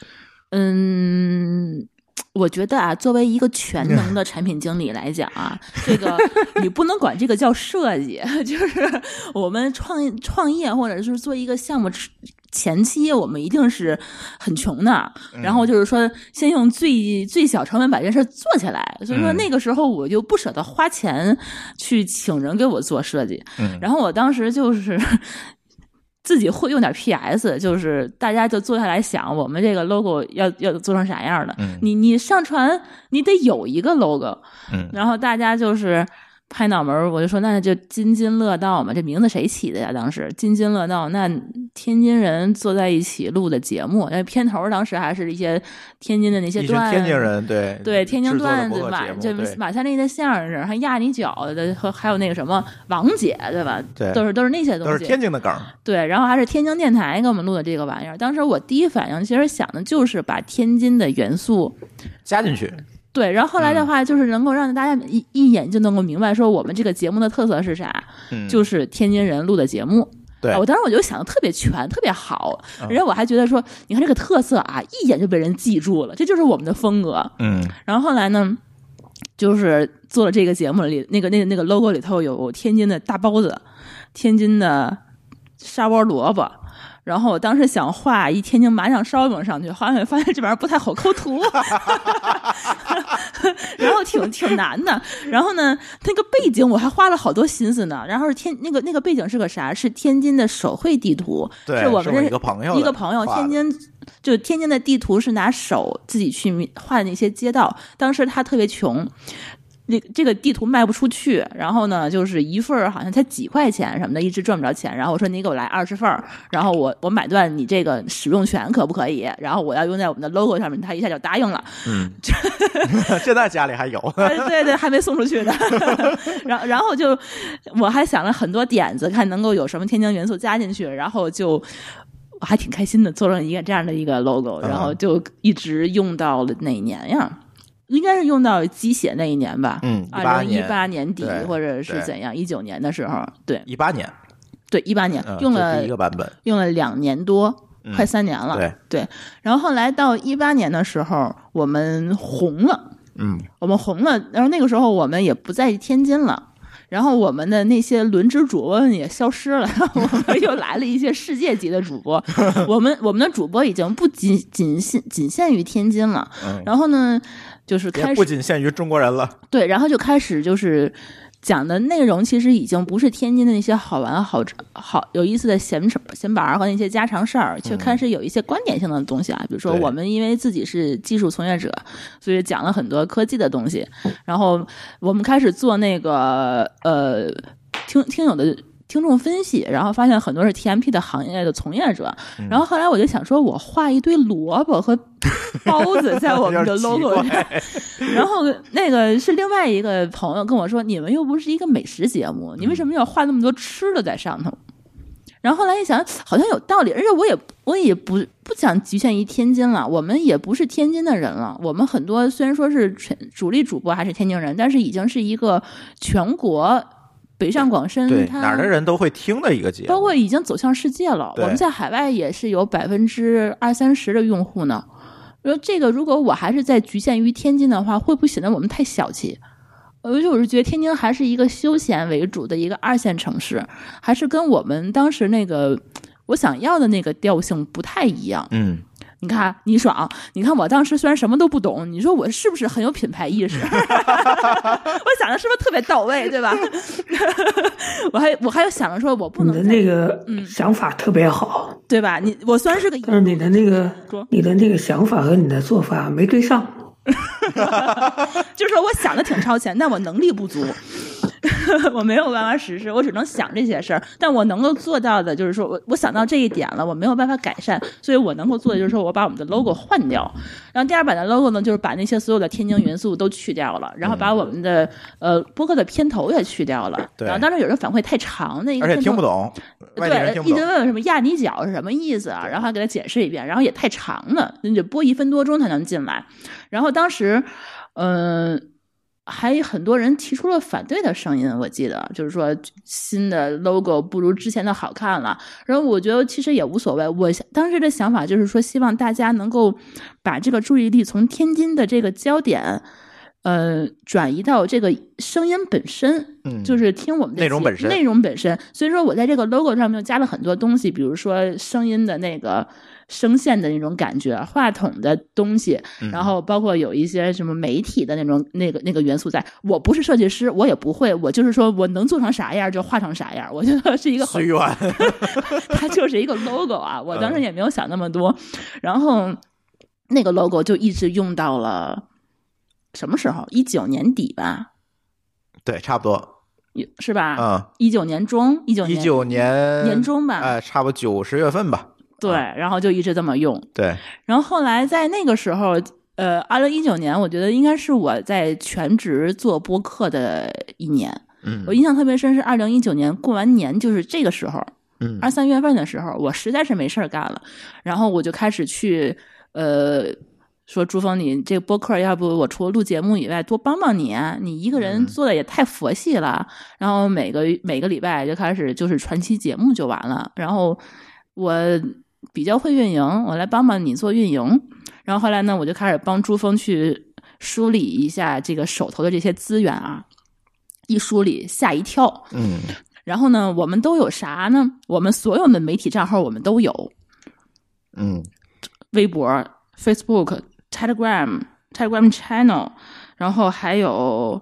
我觉得啊，作为一个全能的产品经理来讲啊，这个你不能管这个叫设计，就是我们创业或者是做一个项目前期，我们一定是很穷的，然后就是说先用最小成本把这事做起来。所以说那个时候我就不舍得花钱去请人给我做设计，然后我当时就是自己会用点 PS， 就是大家就坐下来想，我们这个 logo 要做成啥样的。你上传你得有一个 logo，然后大家就是拍脑门，我就说那就津津乐道嘛，这名字谁起的呀？当时津津乐道，那天津人坐在一起录的节目，那片头当时还是一些天津的那些段子，
天津人对
天津段子嘛，就马三立的相声，还压你脚的，还有那个什么王姐，对吧？
对，
都是那些东西，
都是天津的梗。
对，然后还是天津电台给我们录的这个玩意儿。当时我第一反应其实想的就是把天津的元素
加进去。
对，然后后来的话，就是能够让大家一眼就能够明白，说我们这个节目的特色是啥，就是天津人录的节目。
对，
我当时我就想的特别全，特别好，而且我还觉得说，你看这个特色啊，一眼就被人记住了，这就是我们的风格。然后后来呢，就是做了这个节目里，那个 logo 里头有天津的大包子，天津的砂锅萝卜。然后我当时想画一天津麻酱烧饼上去，后来发现这玩意儿不太好抠图， 然后挺难的。然后呢，那个背景我还花了好多心思呢。然后是那个背景是个啥？是天津的手绘地图，
对，
是我们
一个朋友
天津的地图是拿手自己去画的那些街道。当时他特别穷。这个地图卖不出去，然后呢，就是一份好像才几块钱什么的，一直赚不着钱。然后我说你给我来20份，然后我买断你这个使用权可不可以？然后我要用在我们的 logo 上面，他一下就答应了。
现在家里还有。
对，还没送出去呢。然后就我还想了很多点子，看能够有什么天津元素加进去，然后就我还挺开心的，做了一个这样的一个 logo， 然后就一直用到了哪年呀？应该是用到鸡血那一年吧，2018年底或者是怎样，19年的时候，对
，18年，
对，18年用了
第一个版本，
用了2年多，快3年了，对。然后后来到18年的时候，我们红了，我们红了，然后那个时候我们也不在天津了。然后我们的那些轮值主播也消失了，我们又来了一些世界级的主播。我们的主播已经不仅限于天津了。然后呢，就是开始
不仅限于中国人了。
对，然后就开始就是讲的内容其实已经不是天津的那些好玩好有意思的闲板和那些家常事儿，就开始有一些观点性的东西啊，比如说我们因为自己是技术从业者，所以讲了很多科技的东西。然后我们开始做那个听友的听众分析，然后发现很多是 TMP 的行业的从业者。然后后来我就想说，我画一堆萝卜和包子在我们的 logo 上。然后那个是另外一个朋友跟我说，你们又不是一个美食节目，你为什么要画那么多吃的在上头？然后后来一想，好像有道理，而且我也不想局限于天津了，我们也不是天津的人了。我们很多虽然说是主力主播还是天津人，但是已经是一个全国北上广深，
对哪儿的人都会听的一个节目，
包括已经走向世界了。我们在海外也是有20-30%的用户呢。说这个如果我还是在局限于天津的话，会不会显得我们太小气？而且我是觉得天津还是一个休闲为主的一个2线城市，还是跟我们当时那个我想要的那个调性不太一样。你看你爽，你看我当时虽然什么都不懂，你说我是不是很有品牌意识？我想的是不是特别到位，对吧？我还有想着说我不能
你的那个想法特别好，
对吧？我虽然是个，
但是你的那个想法和你的做法没对上。
就是说我想的挺超前，但我能力不足。我没有办法实施，我只能想这些事儿，但我能够做到的就是说我想到这一点了，我没有办法改善，所以我能够做的就是说我把我们的 logo 换掉。然后第2版的 logo 呢，就是把那些所有的天津元素都去掉了，然后把我们的播客的片头也去掉了。然后当时有人反馈太长，那一个
而且听不懂，
对，一直问什么亚泥角是什么意思啊，然后还给他解释一遍，然后也太长了，你得播1分多钟才能进来。然后当时还有很多人提出了反对的声音，我记得就是说新的 logo 不如之前的好看了。然后我觉得其实也无所谓，我当时的想法就是说希望大家能够把这个注意力从天津的这个焦点转移到这个声音本身，就是听我们的内容本身。所以说我在这个 logo 上面加了很多东西，比如说声音的那个声线的那种感觉，话筒的东西，然后包括有一些什么媒体的那种那个元素在。我不是设计师，我也不会，我就是说我能做成啥样就画成啥样。我觉得是一个
随缘，
它就是一个 logo 啊。我当时也没有想那么多，然后那个 logo 就一直用到了什么时候？19年底吧。
对，差不多。
是吧？19年中，19年年中吧。
差不多9-10月份吧。
对，然后就一直这么用。
对，
然后后来在那个时候，2019年，我觉得应该是我在全职做播客的一年。我印象特别深是2019年过完年，就是这个时候，2-3月份的时候，我实在是没事干了，然后我就开始去说朱峰，你这个播客要不我除了录节目以外多帮帮你啊，你一个人做的也太佛系了。然后每个礼拜就开始就是传期节目就完了，然后我比较会运营，我来帮帮你做运营。然后后来呢，我就开始帮朱峰去梳理一下这个手头的这些资源啊，一梳理吓一跳。然后呢，我们都有啥呢？我们所有的媒体账号我们都有。微博、Facebook、Telegram channel， 然后还有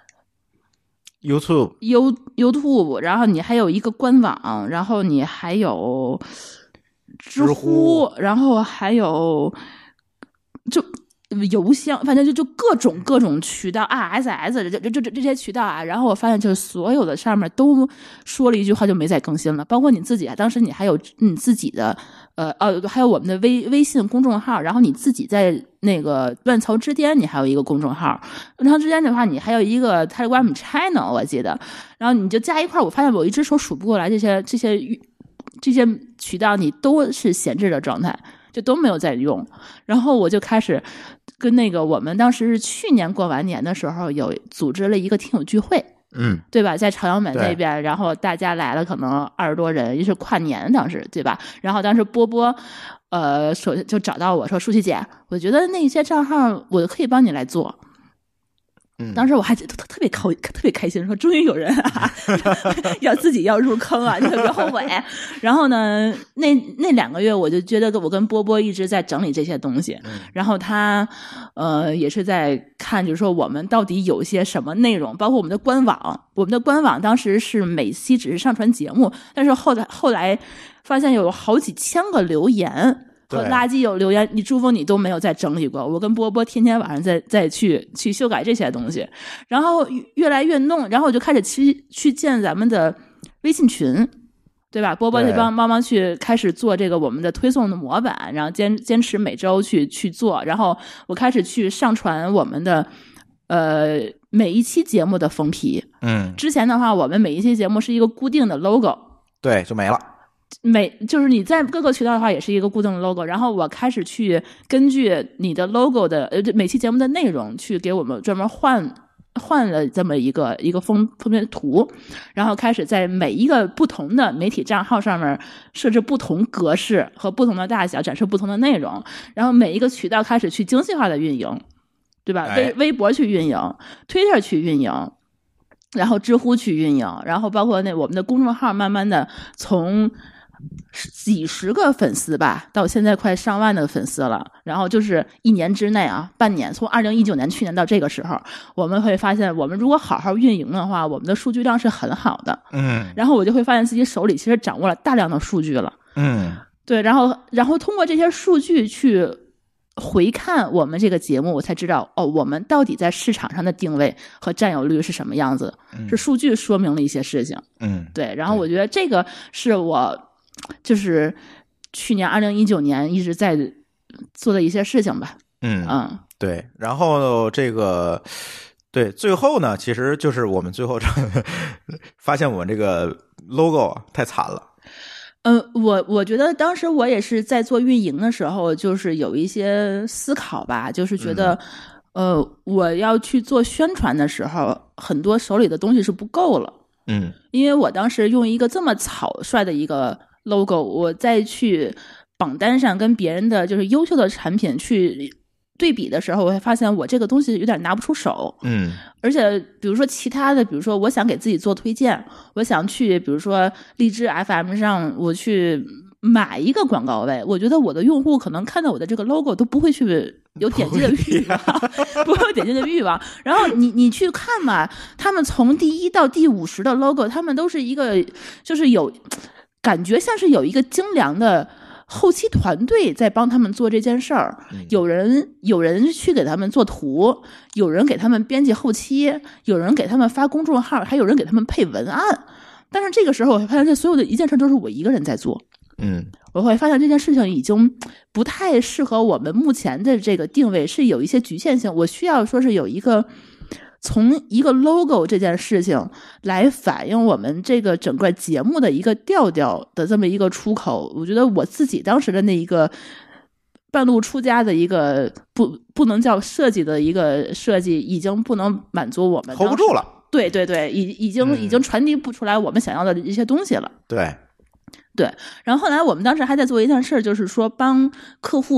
YouTube，
然后你还有一个官网，然后你还有知乎，然后还有就邮箱，反正就各种渠道啊 ，SS 这些渠道啊，然后我发现就是所有的上面都说了一句话就没再更新了，包括你自己啊，当时你还有你自己的还有我们的微信公众号，然后你自己在那个乱曹之间你还有一个公众号，乱曹之间的话你还有一个 Telegram channel 我记得，然后你就加一块，我发现我一只手数不过来这些渠道你都是闲置的状态，就都没有在用，然后我就开始跟那个我们当时是去年过完年的时候有组织了一个听友聚会，对吧，在朝阳门那边，然后大家来了可能20多人，也是跨年当时，对吧，然后当时波波就找到我说舒淇姐，我觉得那些账号我可以帮你来做，当时我还特别开心，说终于有人啊要自己要入坑啊，就特别后悔。然后呢，那2个月我就觉得我跟波波一直在整理这些东西，然后他也是在看，就是说我们到底有些什么内容，包括我们的官网。我们的官网当时是每期只是上传节目，但是后来发现有好几千个留言。和垃圾有留言，你珠峰你都没有再整理过，我跟波波天天晚上再去修改这些东西，然后越来越弄，然后我就开始去建咱们的微信群，对吧？波波就帮忙去开始做这个我们的推送的模板，然后坚持每周去做，然后我开始去上传我们的每一期节目的封皮。之前的话我们每一期节目是一个固定的 logo，
对，就没了。
就是你在各个渠道的话也是一个固定的 logo， 然后我开始去根据你的 logo 的每期节目的内容去给我们专门换了这么一个封面图，然后开始在每一个不同的媒体账号上面设置不同格式和不同的大小，展示不同的内容，然后每一个渠道开始去精细化的运营，对吧？微博去运营， Twitter 去运营，然后知乎去运营，然后包括我们的公众号慢慢的从几十个粉丝吧到现在快上万的粉丝了，然后就是1年之内啊，半年，从2019年去年到这个时候，我们会发现我们如果好好运营的话，我们的数据量是很好的。然后我就会发现自己手里其实掌握了大量的数据了。对，然后通过这些数据去回看我们这个节目，我才知道我们到底在市场上的定位和占有率是什么样子，是数据说明了一些事情。对，然后我觉得这个是我就是去年2019年一直在做的一些事情吧。
对，然后这个对最后呢，其实就是我们最后发现我们这个 logo 太惨了。
我觉得当时我也是在做运营的时候，就是有一些思考吧，就是觉得我要去做宣传的时候，很多手里的东西是不够了。因为我当时用一个这么草率的一个 logo， 我再去榜单上跟别人的就是优秀的产品去对比的时候，我会发现我这个东西有点拿不出手。而且比如说其他的，比如说我想给自己做推荐，我想去比如说荔枝 FM 上我去买一个广告位，我觉得我的用户可能看到我的这个 logo 都不会去有点击的欲望，不会有点击的欲望。然后你去看嘛，他们从第1到第50的 logo， 他们都是一个就是有感觉像是有一个精良的后期团队在帮他们做这件事儿，有人去给他们做图，有人给他们编辑后期，有人给他们发公众号，还有人给他们配文案。但是这个时候我会发现这所有的一件事都是我一个人在做。我会发现这件事情已经不太适合我们目前的这个定位，是有一些局限性。我需要说是有一个从一个 logo 这件事情来反映我们这个整个节目的一个调调的这么一个出口。我觉得我自己当时的那一个半路出家的一个不能叫设计的一个设计，已经不能满足我们
hold 不住了。
对，已经传递不出来我们想要的一些东西了。对，然后后来我们当时还在做一件事，就是说帮客户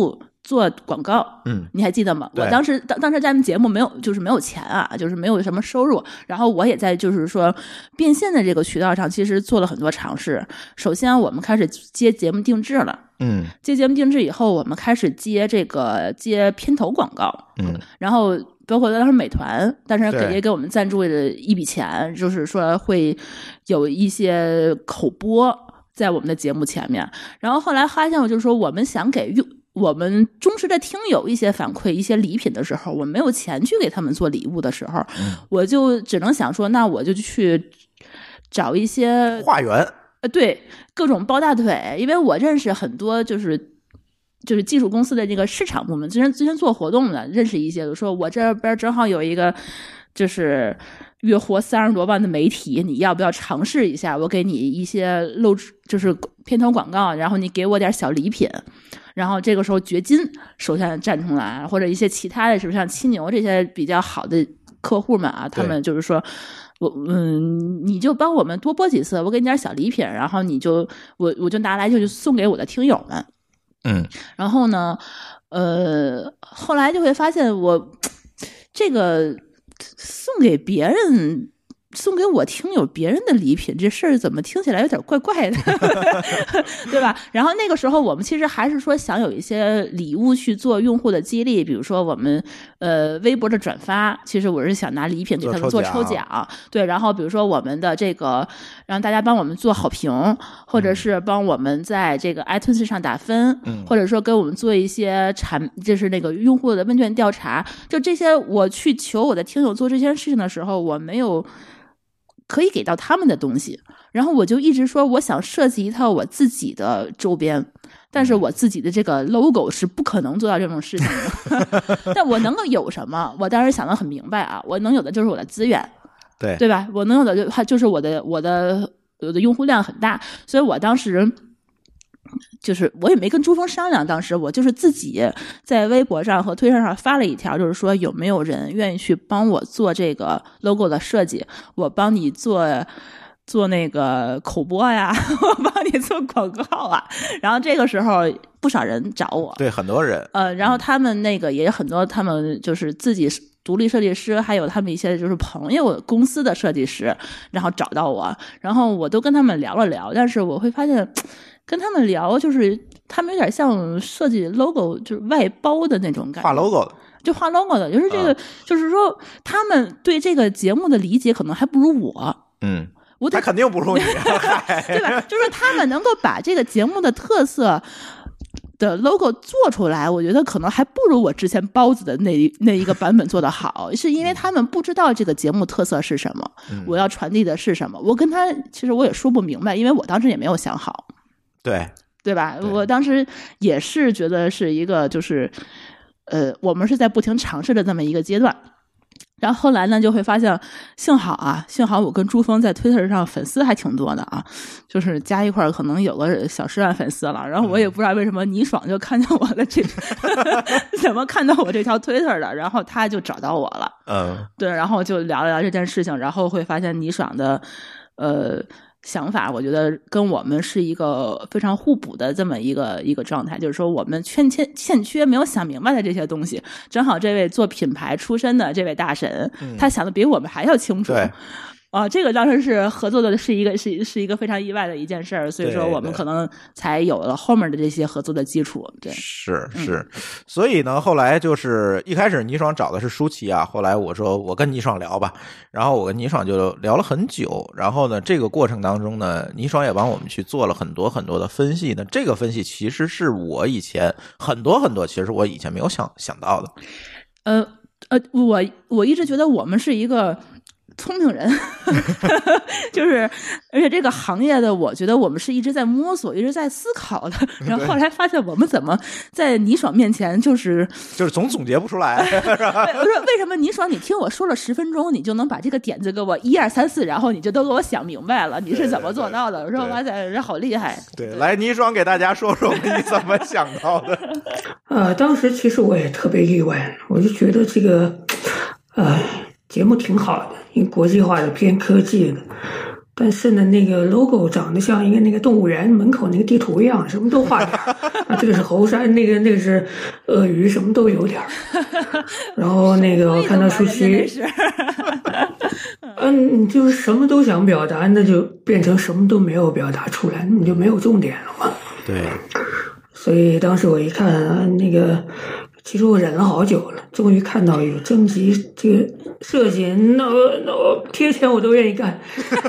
做广告，你还记得吗？我当时咱们节目没有钱啊，就是没有什么收入，然后我也在就是说变现的这个渠道上，其实做了很多尝试。首先我们开始接节目定制了，接节目定制以后，我们开始接片头广告，然后包括当时美团，但是也给我们赞助了一笔钱，就是说会有一些口播在我们的节目前面。然后后来发现，就是说我们想给我们忠实的听友一些反馈，一些礼品的时候，我没有钱去给他们做礼物的时候，我就只能想说，那我就去找一些
化缘，
对，各种抱大腿，因为我认识很多就是技术公司的这个市场部门，之前做活动的，认识一些，就说我这边正好有一个就是月活30多万的媒体，你要不要尝试一下？我给你一些就是片头广告，然后你给我点小礼品。然后这个时候掘金首先站出来，或者一些其他的，是不是像七牛这些比较好的客户们啊，他们就是说你就帮我们多播几次，我给你点小礼品，然后我就拿来就送给我的听友们。然后呢后来就会发现我这个送给我听友别人的礼品这事儿怎么听起来有点怪怪的对吧？然后那个时候我们其实还是说想有一些礼物去做用户的激励，比如说我们微博的转发，其实我是想拿礼品给他们做抽奖，对，然后比如说我们的这个让大家帮我们做好评，或者是帮我们在这个 iTunes 上打分，或者说给我们做一些就是那个用户的问卷调查，就这些我去求我的听友做这些事情的时候，我没有可以给到他们的东西，然后我就一直说我想设计一套我自己的周边，但是我自己的这个 logo 是不可能做到这种事情的但我能够有什么？我当时想得很明白啊，我能有的就是我的资源，对吧？我能有的就是我的用户量很大，所以我当时就是我也没跟朱峰商量，当时我就是自己在微博上和推特上发了一条，就是说有没有人愿意去帮我做这个 logo 的设计，我帮你做那个口播呀，我帮你做广告啊。然后这个时候不少人找我，
对，很多人
然后他们那个也有很多，他们就是自己独立设计师，还有他们一些就是朋友公司的设计师，然后找到我，然后我都跟他们聊了聊，但是我会发现跟他们聊，就是他们有点像设计 logo， 就是外包的那种感觉，
画 logo 的，
就画 logo 的，就是这个，就是说他们对这个节目的理解可能还不如我，
他肯定不如你，
对吧？就是他们能够把这个节目的特色的 logo 做出来，我觉得可能还不如我之前包子的那一个版本做得好，是因为他们不知道这个节目特色是什么，我要传递的是什么。我跟他其实我也说不明白，因为我当时也没有想好，对吧？我当时也是觉得是一个就是我们是在不停尝试的这么一个阶段。然后后来呢，就会发现，幸好我跟朱峰在 Twitter 上粉丝还挺多的啊，就是加一块可能有个小10万粉丝了。然后我也不知道为什么倪爽就看见我的怎么看到我这条 Twitter 的，然后他就找到我了。对，然后就聊了聊这件事情，然后会发现倪爽的想法，我觉得跟我们是一个非常互补的这么一个状态，就是说我们欠缺没有想明白的这些东西，正好这位做品牌出身的这位大神，他想的比我们还要清楚。
对
这个当时是合作的是一个非常意外的一件事儿，所以说我们可能才有了后面的这些合作的基础。对，
是，所以呢，后来就是一开始倪爽找的是舒淇啊，后来我说我跟倪爽聊吧，然后我跟倪爽就聊了很久，然后呢，这个过程当中呢，倪爽也帮我们去做了很多很多的分析呢，这个分析其实是我以前很多其实我以前没有想到的。
我一直觉得我们是一个聪明人就是而且这个行业的我觉得我们是一直在摸索一直在思考的，然后后来发现我们怎么在倪爽面前就是
总结不出来
我说为什么倪爽你听我说了10分钟你就能把这个点子给我1、2、3、4然后你就都给我想明白了，你是怎么做到的？我说哇塞人好厉害。
对，来倪爽给大家说说你怎么想到的
当时其实我也特别意外，我就觉得这个节目挺好的，因为国际化的偏科技的， 但是呢，那个 logo 长得像一个那个动物园门口那个地图一样，什么都画点啊，这个是猴山，那个是鳄鱼，什么都有点。然后那个我看到舒淇，你就是什么都想表达，那就变成什么都没有表达出来，你就没有重点了嘛。
对。
所以当时我一看那个。其实我忍了好久了，终于看到有征集这个设计，那我贴钱我都愿意干，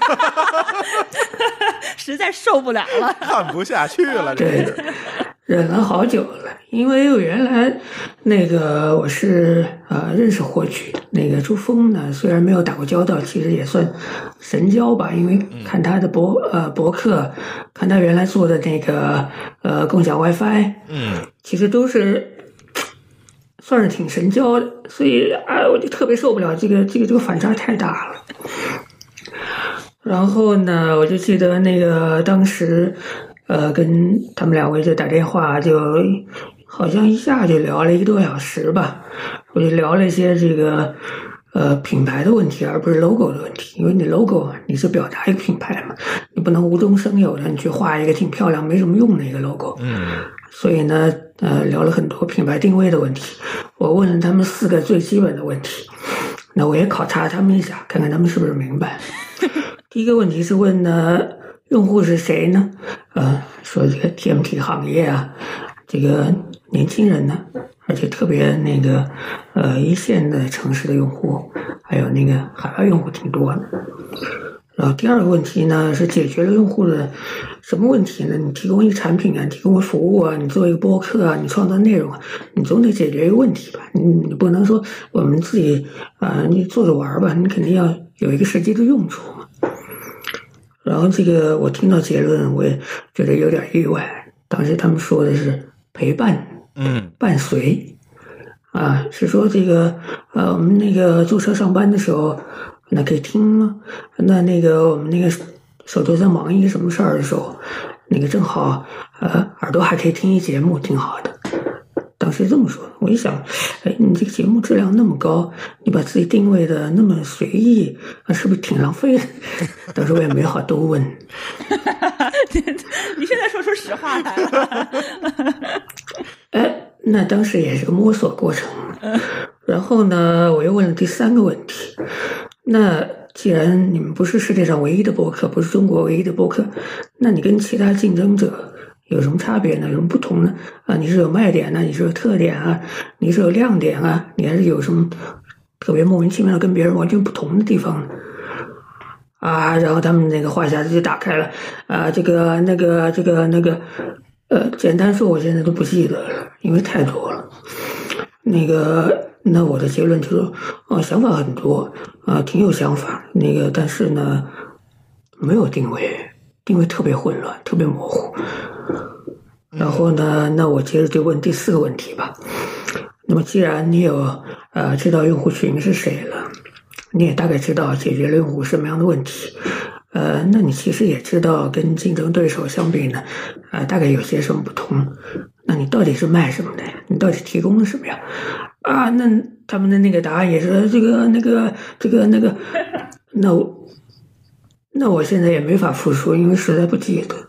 实在受不了了，
看不下去了。
对，忍了好久了，因为我原来那个我是认识霍炬，那个朱峰呢，虽然没有打过交道，其实也算神交吧，因为看他的博客，看他原来做的那个共享 WiFi，其实都是。算是挺神交的，所以我就特别受不了这个反差太大了。然后呢，我就记得那个当时跟他们两位就打电话，就好像一下就聊了1个多小时吧。我就聊了一些这个品牌的问题，而不是 logo 的问题。因为你 logo 你是表达一个品牌嘛，你不能无中生有的你去画一个挺漂亮没什么用的一个 logo。所以呢，聊了很多品牌定位的问题。我问了他们4个最基本的问题，那我也考察他们一下，看看他们是不是明白。第一个问题是问呢，用户是谁呢？说这个 TMT 行业啊，这个年轻人呢，而且特别那个一线的城市的用户，还有那个海外用户挺多的。然后第二个问题呢，是解决了用户的什么问题呢？你提供一个产品啊，提供个服务啊，你做一个播客啊，你创造内容啊，你总得解决一个问题吧？你不能说我们自己你做着玩吧，你肯定要有一个实际的用处嘛。然后这个我听到结论，我也觉得有点意外。当时他们说的是陪伴，伴随，是说这个我们那个坐车上班的时候。那可以听吗？那个我们那个手头在忙一个什么事儿的时候，那个正好耳朵还可以听一节目，挺好的。当时这么说，我一想，你这个节目质量那么高，你把自己定位的那么随意，是不是挺浪费的？当时我也没好多问。
你现在说出实话来了。
那当时也是个摸索过程。然后呢，我又问了第3个问题。那既然你们不是世界上唯一的播客，不是中国唯一的播客，那你跟其他竞争者有什么差别呢？有什么不同呢？你是有卖点呢？你是有特点啊？你是有亮点啊？你还是有什么特别莫名其妙跟别人完全不同的地方呢？然后他们那个话匣子就打开了这个那个简单说我现在都不记得了，因为太多了。那我的结论就是想法很多挺有想法，但是呢没有定位特别混乱，特别模糊。然后呢，那我接着就问第4个问题吧。那么既然你有知道用户群是谁了，你也大概知道解决了用户什么样的问题，那你其实也知道跟竞争对手相比呢大概有些什么不同。那你到底是卖什么的呀？你到底提供了什么呀？那他们的那个答案也是这个那我现在也没法复述，因为实在不记得。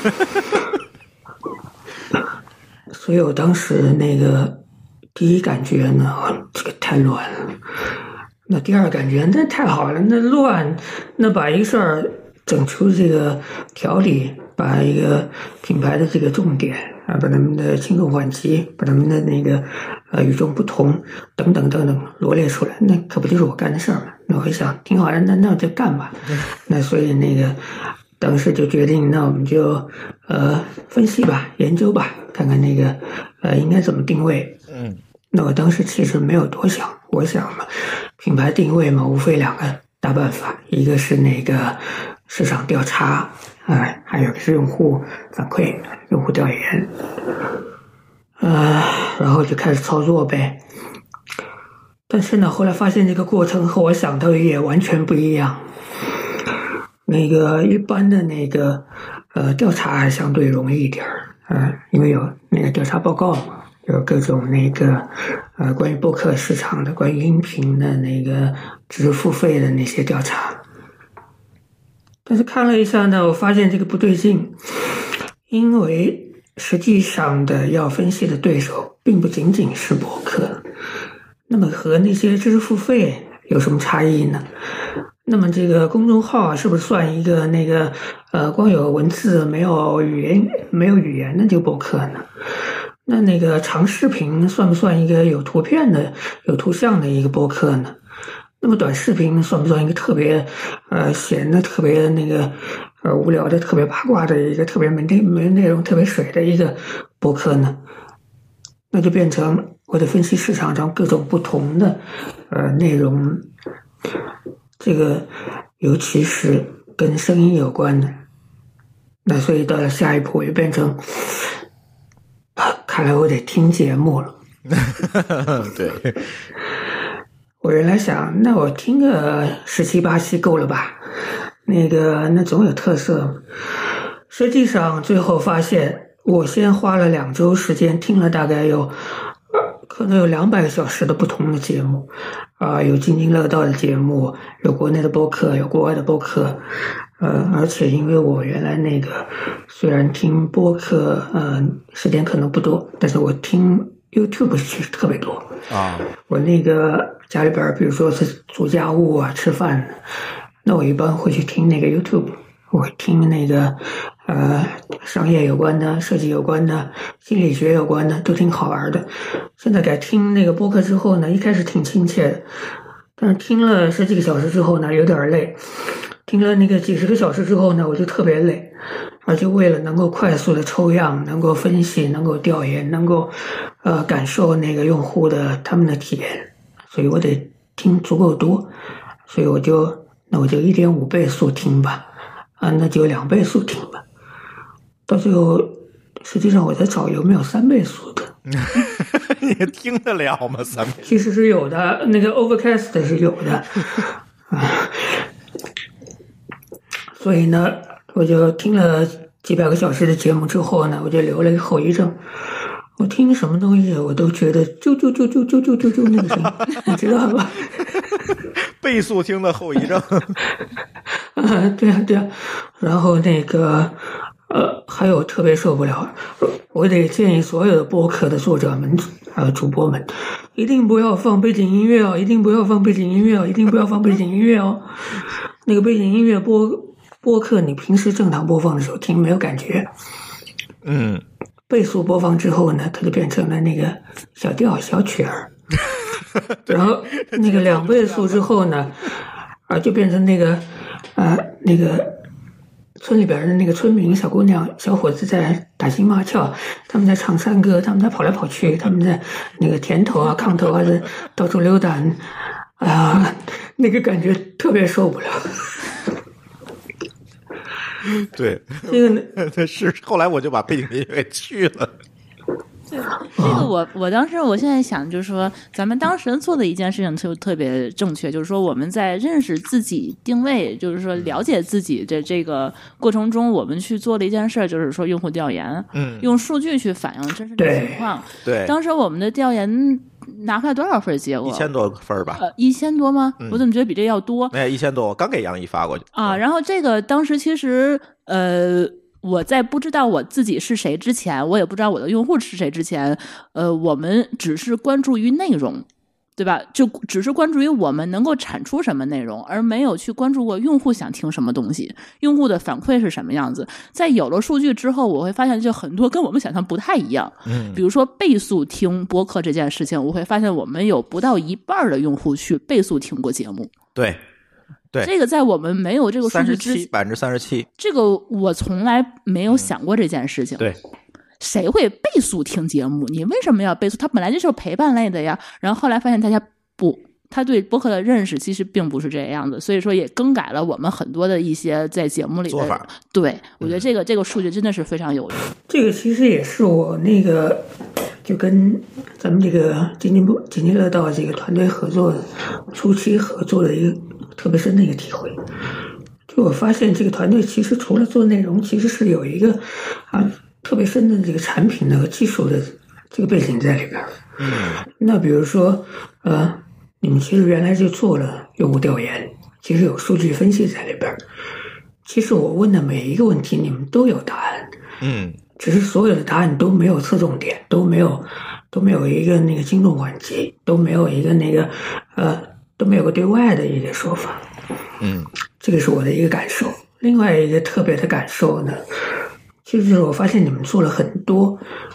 所以我当时那个第一感觉呢，这个太乱了。那第二感觉那太好了，那乱，那把一个事儿整出这个条理，把一个品牌的这个重点把他们的轻重缓急，把他们的那个与众不同等等等等罗列出来，那可不就是我干的事儿吗？那我一想挺好的，那我就干吧。那所以当时就决定，那我们就分析吧，研究吧，看看应该怎么定位。那我当时其实没有多想，我想嘛，品牌定位嘛，无非2个大办法，一个是市场调查，还有是用户反馈、用户调研，然后就开始操作呗。但是呢，后来发现这个过程和我想到的也完全不一样。一般的调查相对容易一点因为有调查报告嘛。有各种关于播客市场的、关于音频的支付费的那些调查， 但是看了一下呢，我发现这个不对劲，因为实际上的要分析的对手并不仅仅是博客，那么和那些知识付费有什么差异呢？那么这个公众号是不是算一个那个光有文字没有语言的这个博客呢？那个长视频算不算一个有图片的有图像的一个博客呢？那么短视频算不算一个特别闲的特别那个无聊的特别八卦的一个特别没内容特别水的一个博客呢？那就变成我得分析市场上各种不同的内容，这个尤其是跟声音有关的。那所以到了下一步我就变成看来我得听节目了。
对，
我原来想那我听个17、18期够了吧，那总有特色。实际上最后发现我先花了2周时间听了大概可能有200个小时的不同的节目有津津乐道的节目，有国内的播客，有国外的播客而且因为我原来虽然听播客时间可能不多，但是我听 YouTube 其实特别多我家里边比如说是做家务啊吃饭，那我一般会去听YouTube， 我会听商业有关的、设计有关的、心理学有关的，都挺好玩的。现在改听播客之后呢，一开始挺亲切的，但是听了10几个小时之后呢，有点累。听了几十个小时之后呢，我就特别累，而且为了能够快速的抽样，能够分析，能够调研，能够感受用户他们的体验，所以我得听足够多，所以我就 1.5 倍速听吧，那就2倍速听吧。到最后，实际上我在找有没有3倍速的。
你听得了吗？3倍？
其实是有的，Overcast 是有的。所以呢，我就听了几百个小时的节目之后呢，我就留了一个后遗症。我听什么东西，我都觉得就那个声音，你知道吧？
倍速听的后遗症。
对啊。然后还有特别受不了，我得建议所有的播客的作者们主播们，一定不要放背景音乐哦，一定不要放背景音乐哦，一定不要放背景音乐哦。那个背景音乐播客，你平时正常播放的时候听没有感觉，倍速播放之后呢，它就变成了小调小曲儿，然后2倍速之后呢，就变成村里边的村民小姑娘小伙子在打情骂俏，他们在唱山歌，他们在跑来跑去，他们在田头啊炕头啊到处溜达感觉特别受不了。
对，是后来我就把背景音乐给去了。
对，这个我现在想就是说，咱们当时做的一件事情就特别正确，就是说我们在认识自己定位，就是说了解自己的这个过程中，我们去做了一件事，就是说用户调研，用数据去反映真实的情况。对，当时我们的调研拿出来多少分结果
？1000多分吧
？1000多吗？我怎么觉得比这要多
？1000多，我刚给杨毅发过去
然后这个当时其实我在不知道我自己是谁之前，我也不知道我的用户是谁之前，我们只是关注于内容，对吧？就只是关注于我们能够产出什么内容，而没有去关注过用户想听什么东西，用户的反馈是什么样子。在有了数据之后，我会发现就很多跟我们想象不太一样。比如说倍速听播客这件事情，我会发现我们有不到1半的用户去倍速听过节目。
对，
这个在我们没有这个数据之前
，37%，
这个我从来没有想过这件事情。
对，
谁会倍速听节目？你为什么要倍速？它本来就是陪伴类的呀。然后后来发现大家他对播客的认识其实并不是这样的，所以说也更改了我们很多的一些在节目里的
做法。
对，我觉得这个数据真的是非常有用。
这个其实也是我就跟咱们这个津津乐道这个团队合作初期合作的一个特别深的一个体会。就我发现这个团队其实除了做内容，其实是有一个特别深的这个产品的和技术的这个背景在里边。那比如说你们其实原来就做了用户调研，其实有数据分析在里边。 其实我问的每一个问题你们都有答案，只是所有的答案都没有侧重点，都没有一个那个轻重缓急，都没有一个那个都没有个对外的一个说法。这个是我的一个感受。另外一个特别的感受呢，其实就是我发现你们做了很多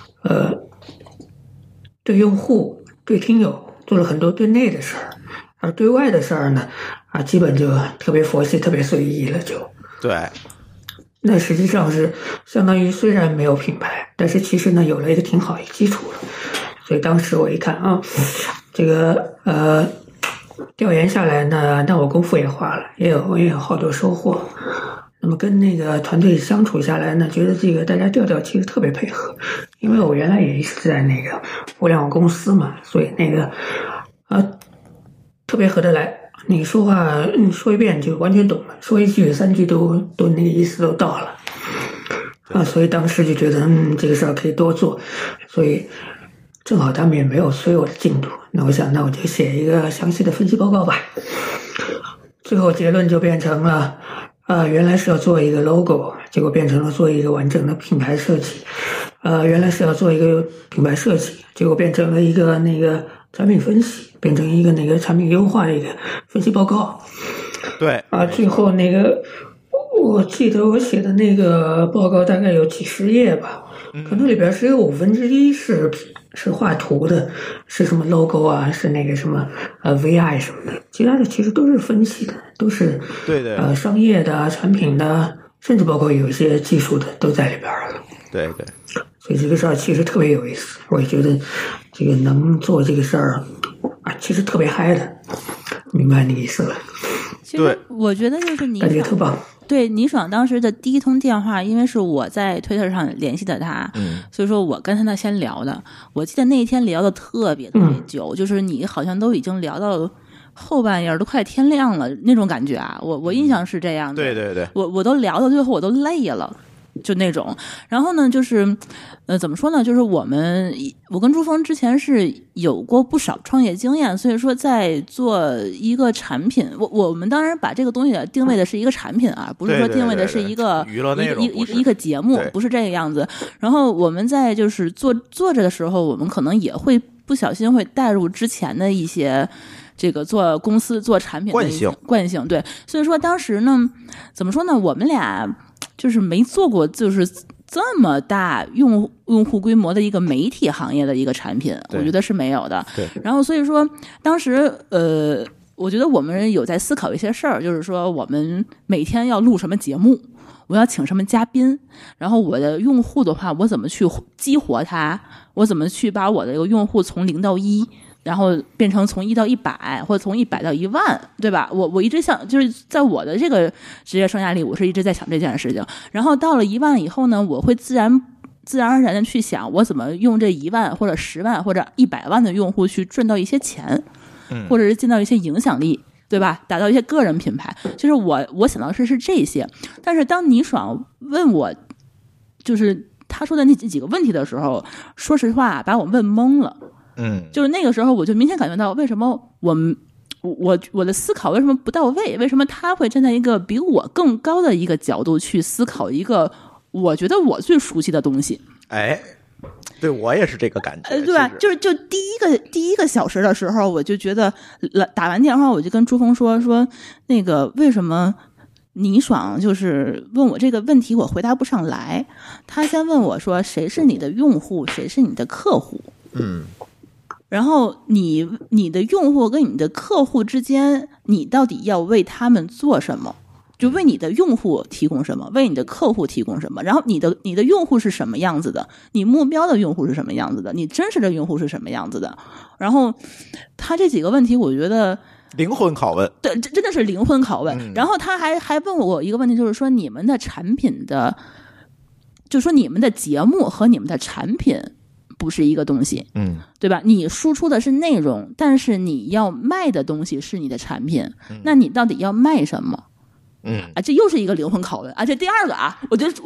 对用户对听友做了很多对内的事儿，而对外的事儿呢基本就特别佛系特别随意了就。
对，
那实际上是相当于虽然没有品牌，但是其实呢有了一个挺好的基础了。所以当时我一看这个调研下来呢，那我功夫也花了，也有好多收获。那么跟那个团队相处下来呢，觉得这个大家调其实特别配合，因为我原来也一直在那个互联网公司嘛，所以那个特别合得来。你说话说一遍就完全懂了，说一句3句都那个意思都到了所以当时就觉得这个事儿可以多做，所以正好他们也没有催我的进度，那我想那我就写一个详细的分析报告吧。最后结论就变成了原来是要做一个 logo， 结果变成了做一个完整的品牌设计。原来是要做一个品牌设计，结果变成了一个那个产品分析，变成一个那个产品优化的一个分析报告。
对
最后那个我记得我写的那个报告大概有几十页吧，可能里边只有1/5是画图的，是什么 logo 是那个什么VI 什么的，其他的其实都是分析的，都是
对
商业的产品的，甚至包括有一些技术的都在里边了。
对，
所以这个事儿其实特别有意思，我也觉得这个能做这个事儿其实特别嗨的，明白你意思了。
其实我觉得就是你
感觉特棒。
对，倪爽当时的第一通电话，因为是我在推特上联系的他，所以说我跟他先聊的。我记得那一天聊的特别久，就是你好像都已经聊到后半夜都快天亮了那种感觉我印象是这样的。
对，
我都聊到最后我都累了。就那种，然后呢，就是怎么说呢？就是我跟朱峰之前是有过不少创业经验，所以说在做一个产品，我们当然把这个东西定位的是一个产品不是说定位的是一个
娱乐内容，
一个节目，不是这个样子。然后我们在就是做着的时候，我们可能也会不小心会带入之前的一些。这个做公司做产品的惯性，对，所以说当时呢，怎么说呢？我们俩就是没做过就是这么大用户规模的一个媒体行业的一个产品，我觉得是没有的。
对。
然后所以说当时我觉得我们有在思考一些事儿，就是说我们每天要录什么节目，我要请什么嘉宾，然后我的用户的话，我怎么去激活它，我怎么去把我的这个用户从0到1。然后变成从1到100，或者从100到1万，对吧？我一直想，就是在我的这个职业生涯里，我是一直在想这件事情。然后到了1万以后呢，我会自然而然的去想，我怎么用这1万或者10万或者100万的用户去赚到一些钱，或者是进到一些影响力，对吧？达到一些个人品牌。就是我想到的是这些。但是当倪爽问我，就是他说的那几个问题的时候，说实话把我问懵了。就是那个时候我就明显感觉到为什么我的思考为什么不到位，为什么他会站在一个比我更高的一个角度去思考一个我觉得我最熟悉的东西。
对，我也是这个感觉。
对吧？就第一个小时的时候，我就觉得打完电话我就跟朱峰说那个为什么倪爽就是问我这个问题我回答不上来，他先问我说谁是你的用户，谁是你的客户。然后你的用户跟你的客户之间，你到底要为他们做什么？就为你的用户提供什么，为你的客户提供什么？然后你的用户是什么样子的？你目标的用户是什么样子的？你真实的用户是什么样子的？然后他这几个问题，我觉得
灵魂拷问，
对，真的是灵魂拷问。然后他还问我一个问题，就是说你们的产品的，就说你们的节目和你们的产品。不是一个东西，对吧？你输出的是内容，但是你要卖的东西是你的产品，那你到底要卖什么？这又是一个灵魂拷问这第二个我就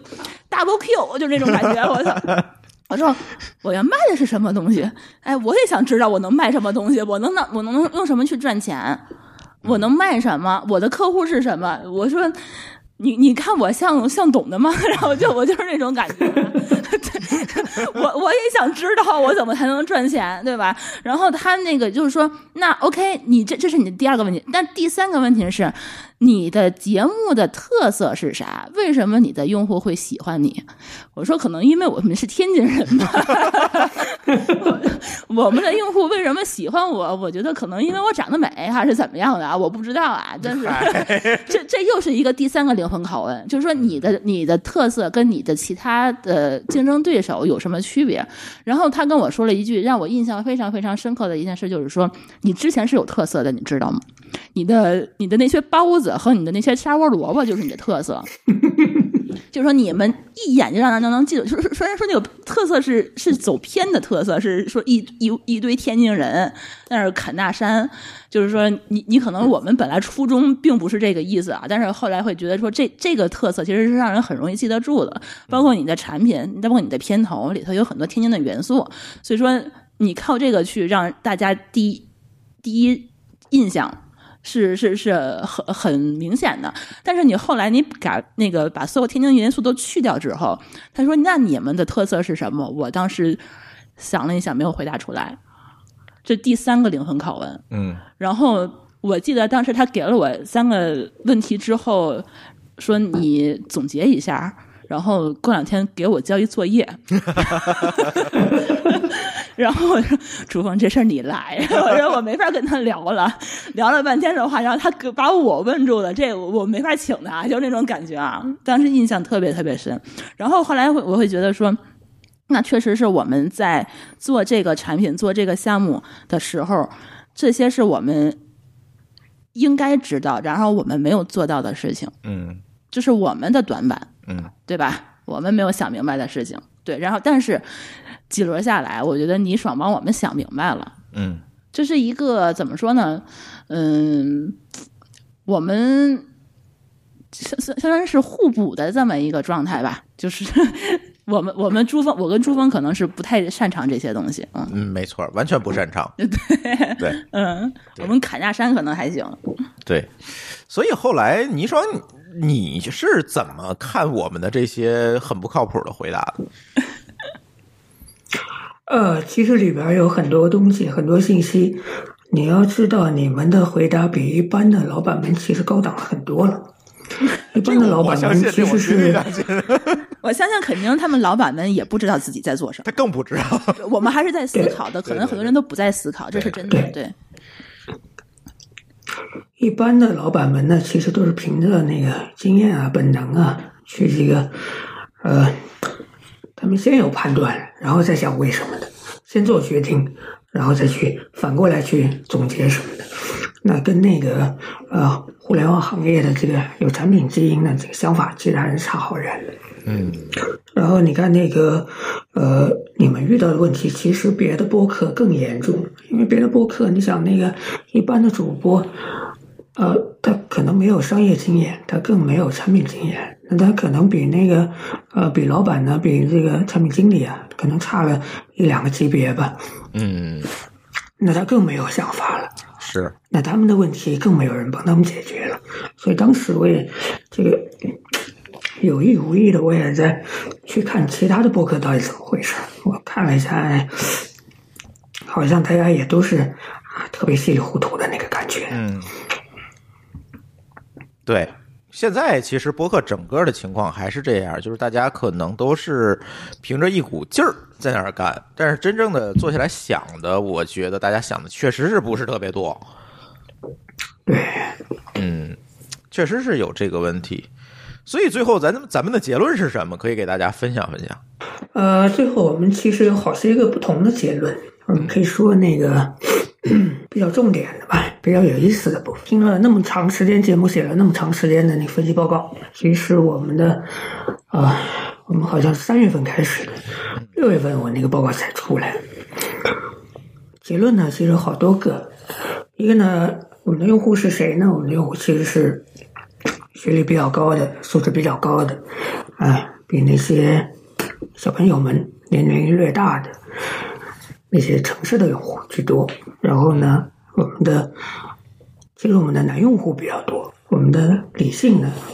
double Q， 就这种感觉。我说我要卖的是什么东西？我也想知道我能卖什么东西，我能用什么去赚钱？我能卖什么？我的客户是什么？我说你看我像懂的吗？然后我就是那种感觉，我也想知道我怎么才能赚钱，对吧？然后他那个就是说，那 OK， 你这是你的第二个问题，但第三个问题是，你的节目的特色是啥？为什么你的用户会喜欢你？我说可能因为我们是天津人吧，我们的用户为什么喜欢我？我觉得可能因为我长得美，还是怎么样的啊？我不知道啊。但是这又是一个第三个灵魂拷问，就是说你的特色跟你的其他的竞争对手有什么区别？然后他跟我说了一句让我印象非常非常深刻的一件事，就是说你之前是有特色的，你知道吗？你的那些包子和你的那些砂锅萝卜就是你的特色。就是说你们一眼就让人能记住，虽然说那个特色是走偏的特色，是说一堆天津人但是砍大山，就是说你可能我们本来初衷并不是这个意思啊，但是后来会觉得说这个特色其实是让人很容易记得住的，包括你的产品，包括你的片头里头有很多天津的元素，所以说你靠这个去让大家第一印象是很明显的。但是你后来你把所有天津元素都去掉之后，他说那你们的特色是什么？我当时想了一想没有回答出来，这第三个灵魂拷问。然后我记得当时他给了我3个问题之后说你总结一下，然后过2天给我交一作业然后我说楚风这事儿你来，我说我没法跟他聊了半天的话，然后他把我问住了，这我没法请他，就那种感觉啊，当时印象特别特别深。然后后来我会觉得说那确实是我们在做这个产品做这个项目的时候，这些是我们应该知道然后我们没有做到的事情，这是我们的短板，对吧？我们没有想明白的事情，对。然后但是几轮下来，我觉得倪爽帮我们想明白了，这是一个怎么说呢？我们相当于是互补的这么一个状态吧，就是我跟朱峰可能是不太擅长这些东西，
没错，完全不擅长，对，
我们砍下山可能还行，
对。所以后来倪爽，你是怎么看我们的这些很不靠谱的回答
的？其实里边有很多东西，很多信息，你要知道，你们的回答比一般的老板们其实高档很多了。一般的老板们其实是，
我相信肯定他们老板们也不知道自己在做什么，
他更不知道。
我们还是在思考的，可能很多人都不在思考，这是真的。对。
一般的老板们呢，其实都是凭着那个经验啊、本能啊，去这个他们先有判断，然后再想为什么的，先做决定，然后再去反过来去总结什么的。那跟那个互联网行业的这个有产品基因的这个想法，其实还是差好远的。然后你看那个你们遇到的问题，其实别的播客更严重，因为别的播客，你想那个一般的主播，他可能没有商业经验，他更没有产品经验，那他可能比那个比老板呢，比这个产品经理啊，可能差了1-2个级别吧。那他更没有想法了。
是，
那他们的问题更没有人帮他们解决了。所以当时我也这个有意无意的，我也在去看其他的播客到底怎么回事。我看了一下，好像大家也都是特别稀里糊涂的那个感觉。
对，现在其实播客整个的情况还是这样，就是大家可能都是凭着一股劲儿在那儿干，但是真正的坐下来想的，我觉得大家想的确实是不是特别多。
对，
确实是有这个问题。所以最后咱们的结论是什么？可以给大家分享分享。
最后我们其实有好些个不同的结论，我们可以说那个比较重点的吧，比较有意思的部分。听了那么长时间节目，写了那么长时间的那个分析报告，其实我们的我们好像是3月份开始的，6月份我那个报告才出来。结论呢，其实有好多个。一个呢，我们的用户是谁呢？我们的用户其实是学历比较高的，素质比较高的，比那些小朋友们年龄略大的那些城市的用户居多。然后呢，其实我们的男用户比较多，我们的理性呢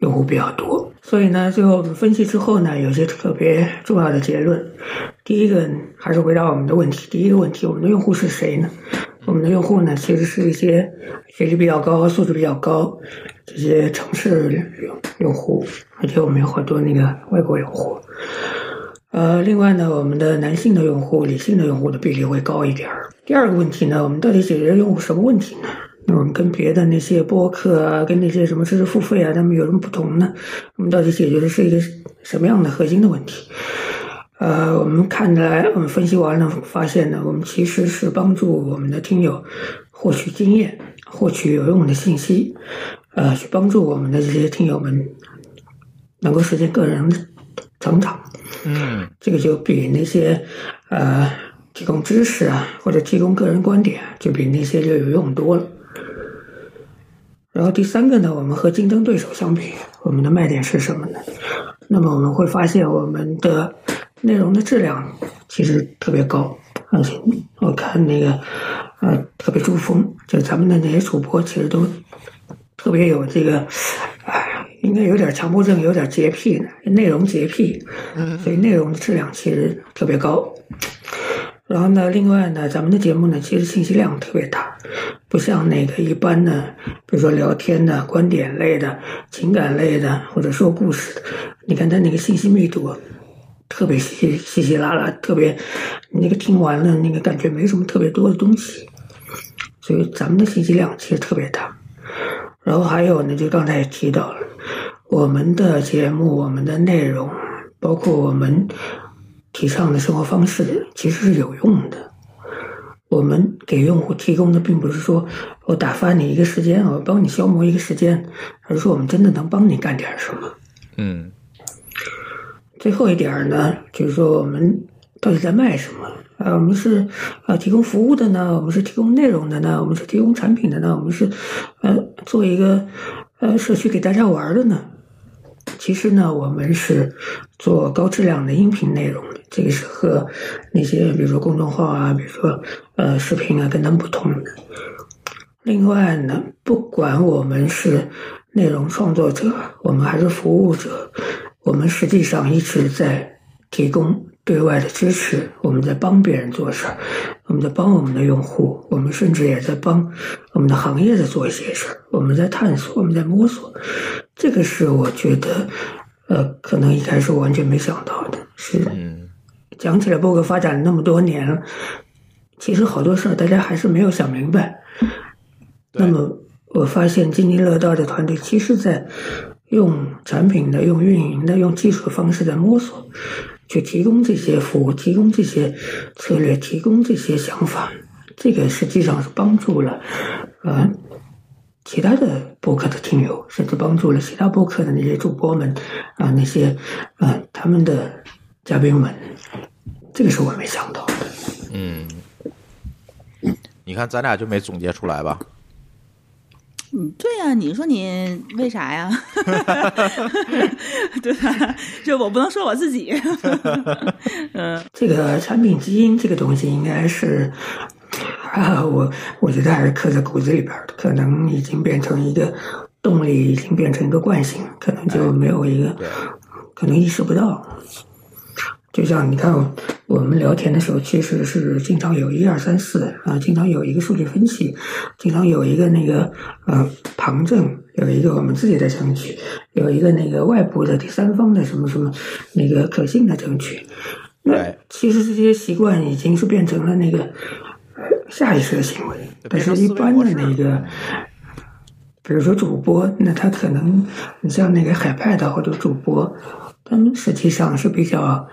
用户比较多。所以呢，最后我们分析之后呢，有些特别重要的结论。第一个还是回答我们的问题，第一个问题，我们的用户是谁呢？我们的用户呢，其实是一些学历比较高、素质比较高这些城市用户，而且我们有很多那个外国用户。另外呢，我们的男性的用户、理性的用户的比例会高一点。第二个问题呢，我们到底解决用户什么问题呢？那我们跟别的那些播客啊，跟那些什么知识付费啊，他们有什么不同呢？我们到底解决的是一个什么样的核心的问题？我们看来，我们分析完了，发现呢，我们其实是帮助我们的听友获取经验、获取有用的信息，去帮助我们的这些听友们能够实现个人成长。这个就比那些提供知识啊，或者提供个人观点，就比那些就有用多了。然后第三个呢，我们和竞争对手相比，我们的卖点是什么呢？那么我们会发现我们的内容的质量其实特别高，而且我看那个特别珠峰，就是咱们的那些主播其实都特别有这个应该有点强迫症，有点洁癖的内容洁癖，所以内容的质量其实特别高。然后呢，另外呢，咱们的节目呢，其实信息量特别大，不像那个一般的，比如说聊天的、观点类的、情感类的，或者说故事的，你看它那个信息密度特别稀稀拉拉，特别你那个听完了那个感觉没什么特别多的东西，所以咱们的信息量其实特别大。然后还有呢，就刚才也提到了，我们的节目、我们的内容，包括我们提倡的生活方式，其实是有用的。我们给用户提供的并不是说我打发你一个时间，我帮你消磨一个时间，而是说我们真的能帮你干点什么。最后一点呢，就是说我们到底在卖什么？我们是提供服务的呢？我们是提供内容的呢？我们是提供产品的呢？我们是做一个社区给大家玩的呢？其实呢，我们是做高质量的音频内容的，这个是和那些比如说公众号啊，比如说视频啊，跟他们不同的。另外呢，不管我们是内容创作者，我们还是服务者，我们实际上一直在提供对外的支持，我们在帮别人做事，我们在帮我们的用户，我们甚至也在帮我们的行业在做一些事，我们在探索，我们在摸索。这个是我觉得可能一开始我完全没想到的，是讲起来播客发展了那么多年了，其实好多事儿大家还是没有想明白。那么我发现津津乐道的团队其实在用产品的、用运营的、用技术的方式在摸索，去提供这些服务，提供这些策略，提供这些想法。这个实际上是帮助了其他的播客的听友，甚至帮助了其他播客的那些主播们那些他们的嘉宾们。这个是我没想到的。
你看咱俩就没总结出来吧？
对呀，你说你为啥呀？对吧？这我不能说我自己。
这个产品基因这个东西应该是我觉得还是刻在骨子里边的，可能已经变成一个动力，已经变成一个惯性，可能就没有一个，可能意识不到。就像你看我们聊天的时候，其实是经常有1、2、3、4经常有一个数据分析，经常有一个那个旁证，有一个我们自己的证据，有一个那个外部的第三方的什么什么那个可信的证据。那其实这些习惯已经是变成了那个下意识的行为，但是一般的那个，比如说主播，那他可能你像那个海派的或者主播，他们实际上是比较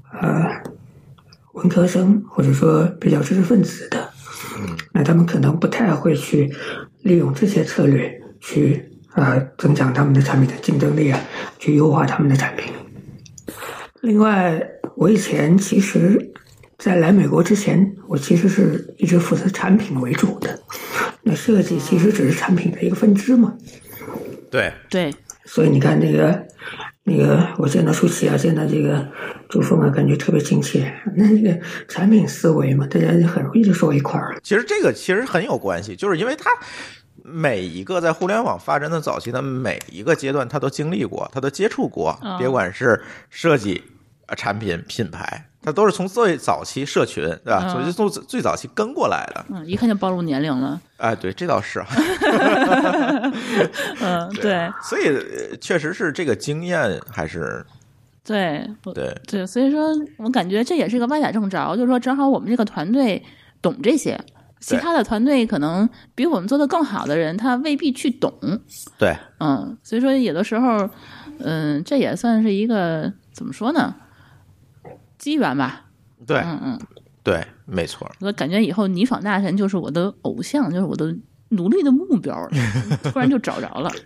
文科生或者说比较知识分子的，那他们可能不太会去利用这些策略去增强他们的产品的竞争力去优化他们的产品。另外，我以前其实在来美国之前，我其实是一直负责产品为主的，那设计其实只是产品的一个分支嘛。
对，
所以你看那个我见到舒淇见到这个朱峰感觉特别亲切。那个产品思维嘛，大家就很容易就说一块儿了。
其实这个其实很有关系，就是因为他每一个在互联网发展的早期的每一个阶段，他都经历过，他都接触过，别管是设计、产品、品牌，他都是从最早期社群，对吧？所以从最早期跟过来的。
一看就暴露年龄了。
哎，对，这倒是。
对，
所以确实是这个经验还是。
对，所以说我感觉这也是个歪打正着，就是说正好我们这个团队懂这些，其他的团队可能比我们做的更好的人，他未必去懂。
对，
所以说有的时候，这也算是一个怎么说呢，机缘吧。
对，对，没错。
我感觉以后倪爽大神就是我的偶像，就是我的努力的目标，突然就找着了。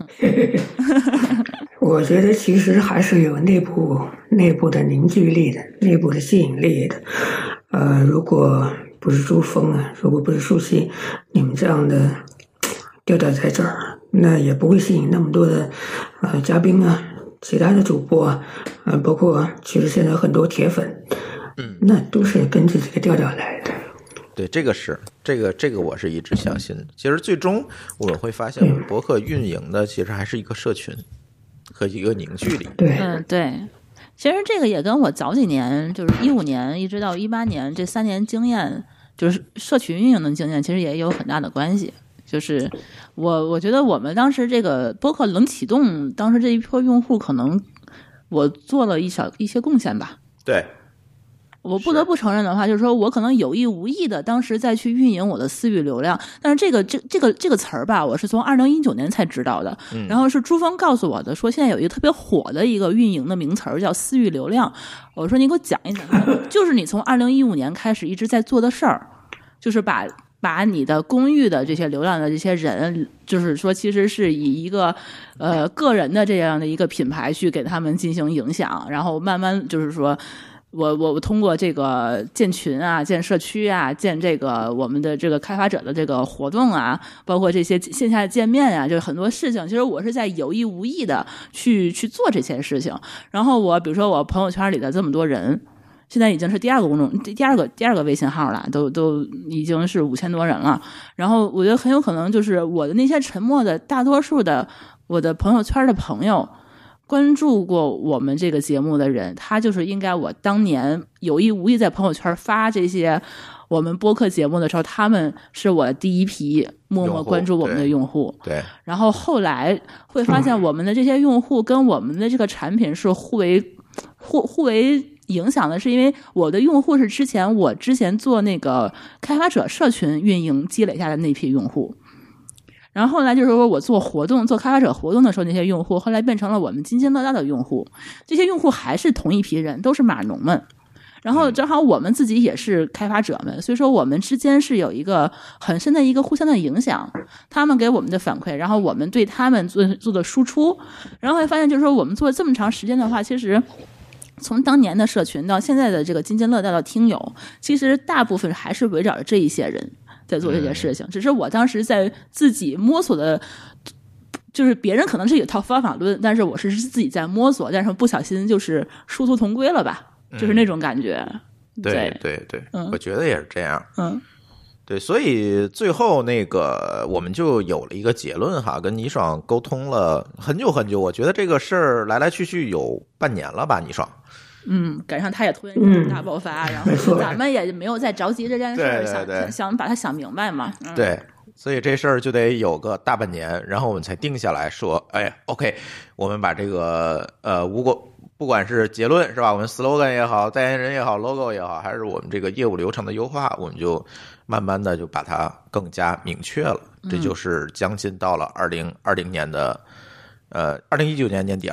我觉得其实还是有内部的凝聚力的，内部的吸引力的。如果不是珠峰啊，如果不是舒淇，你们这样的调调在这儿，那也不会吸引那么多的嘉宾啊，其他的主播啊，包括其实现在很多铁粉，那都是跟着这个调调来的。
对，这个是这个我是一直相信的。其实最终我们会发现，我们博客运营的其实还是一个社群和一个凝聚力。
对，
对。其实这个也跟我早几年，就是15年一直到18年这3年经验，就是社群运营的经验，其实也有很大的关系。就是我觉得我们当时这个播客冷启动，当时这一波用户，可能我做了一些贡献吧。
对。
我不得不承认的话，就是说我可能有意无意的当时再去运营我的私域流量，但是这个词儿吧，我是从2019年才知道的。然后是朱峰告诉我的，说现在有一个特别火的一个运营的名词儿叫私域流量。我说你给我讲一讲，就是你从2015年开始一直在做的事儿，就是把你的公域的这些流量的这些人，就是说其实是以一个个人的这样的一个品牌去给他们进行影响，然后慢慢就是说。我通过这个建群啊、建社区啊、建这个我们的这个开发者的这个活动啊，包括这些线下见面啊，就是很多事情，其实我是在有意无意的去做这些事情。然后比如说我朋友圈里的这么多人，现在已经是第二个微信号了，都已经是5000多人了。然后我觉得很有可能就是我的那些沉默的大多数的我的朋友圈的朋友。关注过我们这个节目的人，他就是应该我当年有意无意在朋友圈发这些我们播客节目的时候，他们是我第一批默默关注我们的用户。
对。
然后后来会发现，我们的这些用户跟我们的这个产品是互为影响的，是因为我的用户是我之前做那个开发者社群运营积累下的那批用户。然后后来就是说我做开发者活动的时候，那些用户后来变成了我们津津乐道的用户，这些用户还是同一批人，都是码农们。然后正好我们自己也是开发者们，所以说我们之间是有一个很深的一个互相的影响，他们给我们的反馈，然后我们对他们做的输出，然后会发现就是说我们做了这么长时间的话，其实从当年的社群到现在的这个津津乐道的听友，其实大部分还是围绕着这一些人在做这些事情，只是我当时在自己摸索的，就是别人可能是有套方法论，但是我是自己在摸索，但是不小心就是殊途同归了吧，就是那种感觉。
对，我觉得也是这样。对，所以最后那个我们就有了一个结论哈，跟倪爽沟通了很久很久，我觉得这个事儿来来去去有半年了吧，倪爽。
赶上他也突然大爆发，然后咱们也没有再着急这件事儿，想把它想明白嘛。
对，所以这事儿就得有个大半年，然后我们才定下来说，哎 ，OK， 我们把这个不管是结论是吧，我们 slogan 也好，代言人也好 ，logo 也好，还是我们这个业务流程的优化，我们就慢慢的就把它更加明确了。这就是将近到了2020年的。2019年年底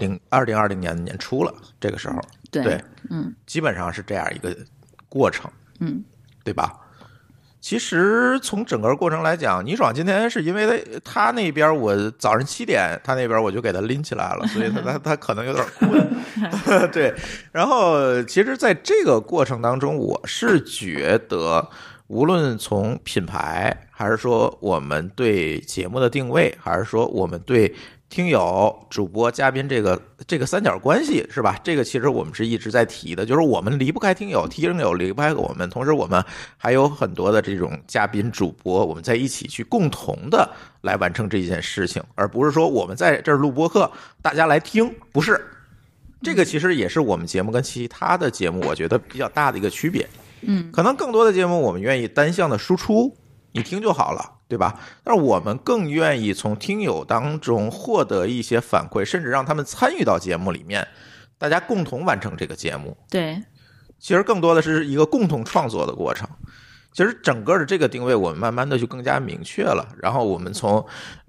，2020年年初了，这个时候，对，基本上是这样一个过程，对吧？其实从整个过程来讲，倪爽今天是因为他那边我早上7点，他那边我就给他拎起来了，所以他可能有点困，对。然后其实在这个过程当中，我是觉得无论从品牌，还是说我们对节目的定位，还是说我们对听友、主播、嘉宾这个三角关系是吧？这个其实我们是一直在提的，就是我们离不开听友，听友离不开我们，同时我们还有很多的这种嘉宾、主播，我们在一起去共同的来完成这件事情，而不是说我们在这儿录播客，大家来听，不是。这个其实也是我们节目跟其他的节目我觉得比较大的一个区别。可能更多的节目我们愿意单向的输出，你听就好了。对吧？但是我们更愿意从听友当中获得一些反馈，甚至让他们参与到节目里面，大家共同完成这个节目。
对，
其实更多的是一个共同创作的过程。其实整个的这个定位我们慢慢的就更加明确了，然后我们从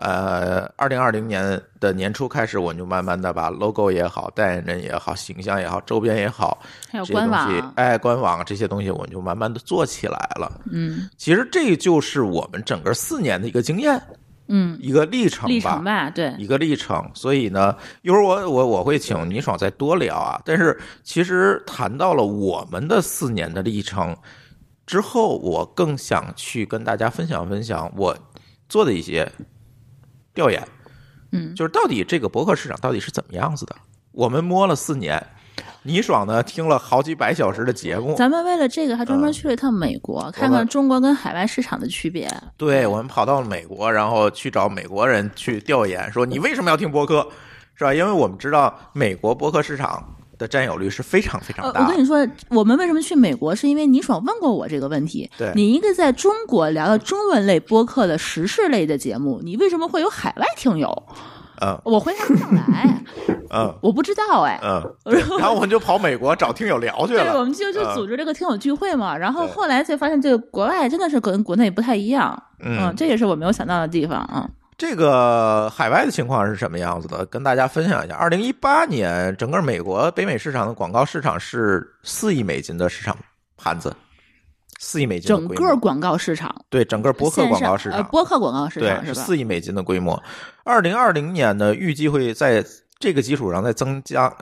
2020年的年初开始，我们就慢慢的把 logo 也好，代言人也好，形象也好，周边也好，
还有官网，
官网这些东西我们就慢慢的做起来了。其实这就是我们整个4年的一个经验。一个历程吧，
对，
一个历程。所以呢，一会儿我会请倪爽再多聊啊。但是其实谈到了我们的4年的历程之后，我更想去跟大家分享我做的一些调研。就是到底这个博客市场到底是怎么样子的？我们摸了4年。倪爽呢听了好几百小时的节目，
咱们为了这个还专门去了一趟美国，看看中国跟海外市场的区别。
对，我们跑到了美国，然后去找美国人去调研，说你为什么要听播客，是吧？因为我们知道美国播客市场的占有率是非常非常大。
我跟你说，我们为什么去美国，是因为倪爽问过我这个问题。
对，
你一个在中国聊到中文类播客的时事类的节目，你为什么会有海外听友？我回答不上来。我不知道哎。
然后我们就跑美国找听友聊去了。
对，我们就组织这个听友聚会嘛。然后后来才发现，这个国外真的是跟国内不太一样。这也是我没有想到的地方。
这个海外的情况是什么样子的？跟大家分享一下。2018年，整个美国北美市场的广告市场是4亿美金的市场盘子。4亿美金的规模，
整个广告市场，
对，整个播客广告市场，
播客广告市场
对，是4亿美金的规模。2020年呢，预计会在这个基础上再增长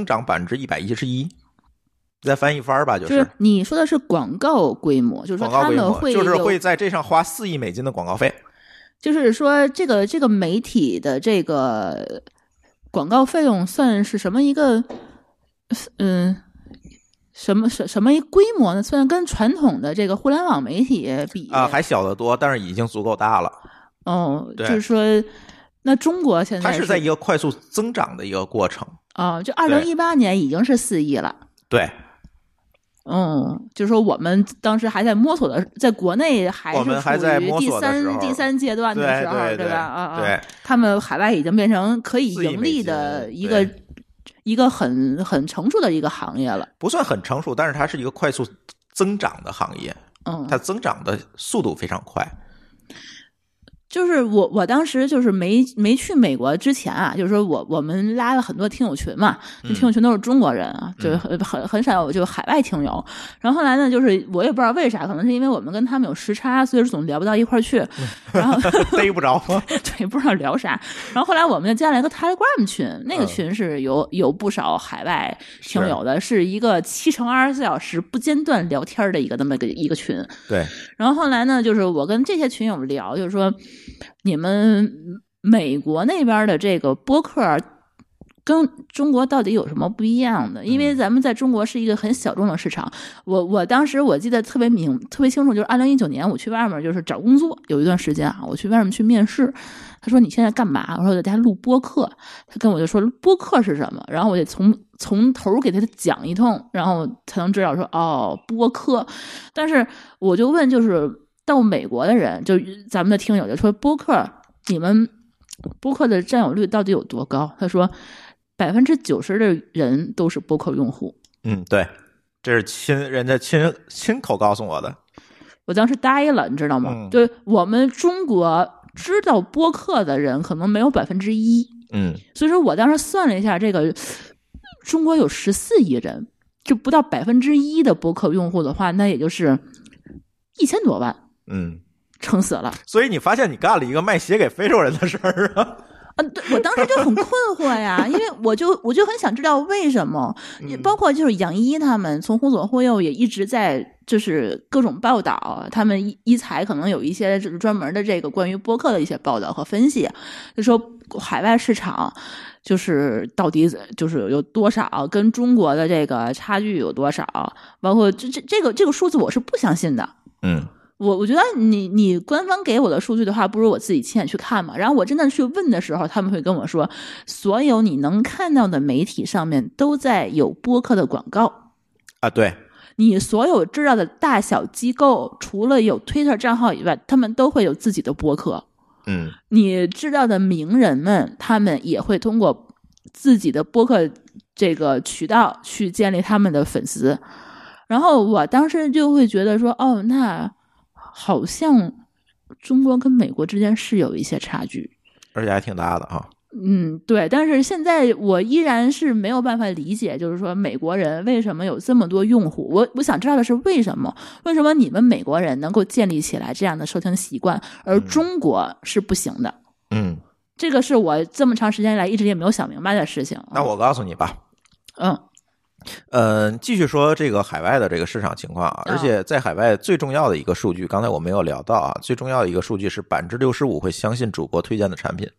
111%，再翻一番吧，
就是你说的是广告规模，就是说他们会
就是会在这上花4亿美金的广告费，
就是说这个媒体的这个广告费用算是什么一个什么一规模呢？虽然跟传统的这个互联网媒体比
还小得多，但是已经足够大了。
就是说，那中国现在
它是在一个快速增长的一个过程。
就2018年已经是4亿了。
对。
就是说我们当时还在摸索的，在国内
我们还在摸索的时候，
第三阶段的时候，
对
吧？
对，
他们海外已经变成可以盈利的一个很成熟的一个行业了。
不算很成熟，但是它是一个快速增长的行业。它增长的速度非常快。
就是我当时就是没去美国之前啊，就是说我们拉了很多听友群嘛，听友群都是中国人啊，就很少有就海外听友。然后后来呢，就是我也不知道为啥，可能是因为我们跟他们有时差，所以总聊不到一块儿去，然后
逮不着，
对，不知道聊啥。然后后来我们就加了一个 Telegram 群，那个群是有不少海外听友的，是一个7×24小时不间断聊天的一个那么一个群。
对。
然后后来呢，就是我跟这些群友聊，就是说，你们美国那边的这个播客跟中国到底有什么不一样的？因为咱们在中国是一个很小众的市场。我当时我记得特别清楚，就是2019年我去外面就是找工作，有一段时间啊，我去外面去面试。他说你现在干嘛？我说我在家录播客。他跟我就说播客是什么，然后我得从头给他讲一通，然后才能知道说播客。但是我就问，就是到美国的人，就咱们的听友就说播客，你们播客的占有率到底有多高？他说90%的人都是播客用户。
对，这是人家亲口告诉我的。
我当时呆了，你知道吗？对，我们中国知道播客的人可能没有1%。所以说我当时算了一下，这个中国有14亿人，就不到1%的播客用户的话，那也就是1000多万。撑死了。
所以你发现你干了一个卖鞋给非洲人的事儿啊。
对，我当时就很困惑呀，因为我就很想知道为什么，包括就是杨一他们从忽左忽右也一直在就是各种报道，他们一财可能有一些就是专门的这个关于播客的一些报道和分析，就说海外市场就是到底就是有多少，跟中国的这个差距有多少，包括这个数字我是不相信的。我觉得你官方给我的数据的话，不如我自己亲眼去看嘛。然后我真的去问的时候，他们会跟我说，所有你能看到的媒体上面都在有播客的广告
啊。对，
你所有知道的大小机构，除了有 Twitter 账号以外，他们都会有自己的播客。你知道的名人们，他们也会通过自己的播客这个渠道去建立他们的粉丝。然后我当时就会觉得说，哦，那好像中国跟美国之间是有一些差距，
而且还挺大的啊。
对，但是现在我依然是没有办法理解，就是说美国人为什么有这么多用户。我想知道的是为什么你们美国人能够建立起来这样的收听习惯，而中国是不行的。这个是我这么长时间来一直也没有想明白的事情。
那我告诉你吧。继续说这个海外的这个市场情况啊，而且在海外最重要的一个数据，刚才我没有聊到啊，最重要的一个数据是65%会相信主播推荐的产品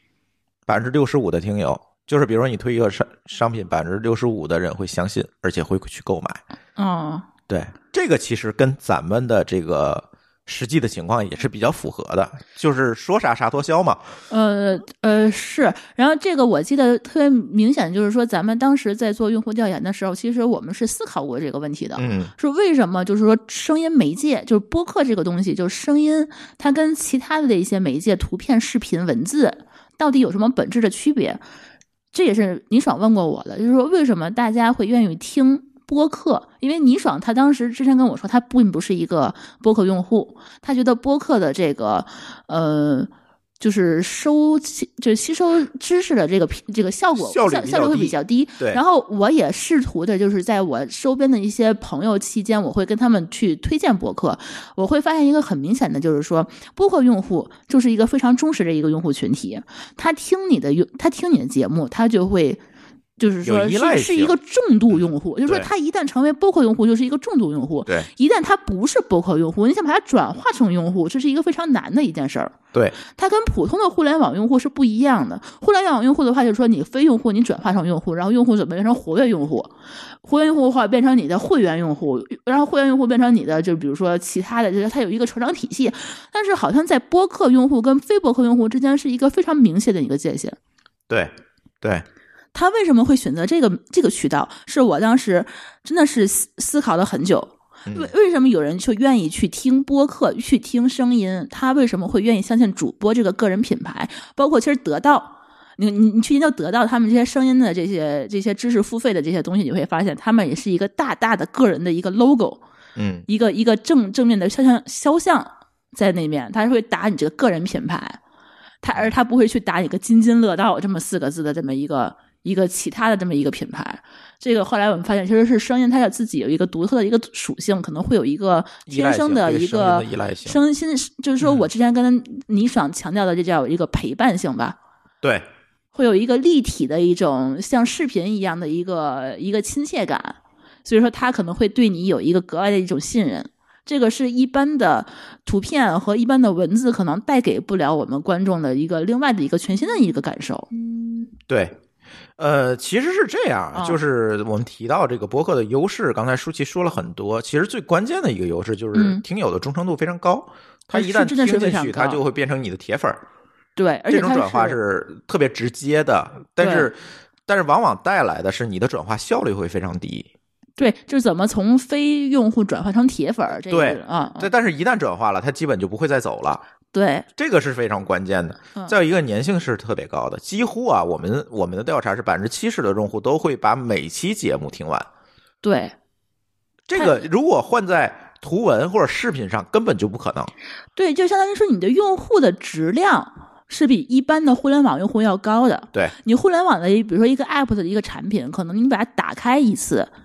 ，65%的听友，就是比如说你推一个商品，65%的人会相信，而且会去购买。对，这个其实跟咱们的这个实际的情况也是比较符合的，就是说啥啥脱销嘛。
是。然后这个我记得特别明显，就是说咱们当时在做用户调研的时候，其实我们是思考过这个问题的。是为什么就是说声音媒介，就是播客这个东西，就是声音，它跟其他的一些媒介，图片、视频、文字，到底有什么本质的区别？这也是倪爽问过我的，就是说为什么大家会愿意听播客？因为倪爽他当时之前跟我说，他并不是一个播客用户，他觉得播客的这个就是吸收知识的这个效率会比较低。
对。
然后我也试图的就是在我周边的一些朋友期间，我会跟他们去推荐播客，我会发现一个很明显的，就是说播客用户就是一个非常忠实的一个用户群体，他听你的节目，他就会就是说是一个重度用户，就是说他一旦成为播客用户，就是一个重度用户。
对，
一旦他不是播客用户，你想把它转化成用户，这是一个非常难的一件事儿。
对，
它跟普通的互联网用户是不一样的。互联网用户的话，就是说你非用户你转化成用户，然后用户怎么变成活跃用户，活跃用户的话变成你的会员用户，然后会员用户变成你的，就比如说其他的，就是它有一个成长体系。但是好像在播客用户跟非播客用户之间是一个非常明显的一个界限。
对对。
他为什么会选择这个渠道？是我当时真的是思考了很久。为什么有人就愿意去听播客，去听声音？他为什么会愿意相信主播这个个人品牌？包括其实得到，你去研究得到他们这些声音的这些知识付费的这些东西，你会发现他们也是一个大大的个人的一个 logo，一个正面的肖像在那面，他会打你这个个人品牌，而他不会去打你个津津乐道这么4个字的这么一个其他的这么一个品牌。这个后来我们发现，其实是声音它自己有一个独特的一个属性，可能会有一个天生的一个声音，就是说我之前跟倪爽强调的，这叫一个陪伴性吧。
对，
会有一个立体的一种像视频一样的一个亲切感，所以说它可能会对你有一个格外的一种信任。这个是一般的图片和一般的文字可能带给不了我们观众的一个另外的一个全新的一个感受。
对。其实是这样，就是我们提到这个播客的优势，刚才舒淇说了很多，其实最关键的一个优势就是听友的忠诚度非常高，他一旦听进去，他就会变成你的铁粉。
对，而且
这种转化是特别直接的，但是往往带来的是你的转化效率会非常低。
对，就是怎么从非用户转化成铁粉这个。
对对，但是一旦转化了，他基本就不会再走了。
对，
这个是非常关键的。再有一个粘性是特别高的，几乎啊，我们的调查是70%的用户都会把每期节目听完。
对，
这个如果换在图文或者视频上，根本就不可能。
对，就相当于说你的用户的质量是比一般的互联网用户要高的。
对，
你互联网的，比如说一个 app 的一个产品，可能你把它打开一次，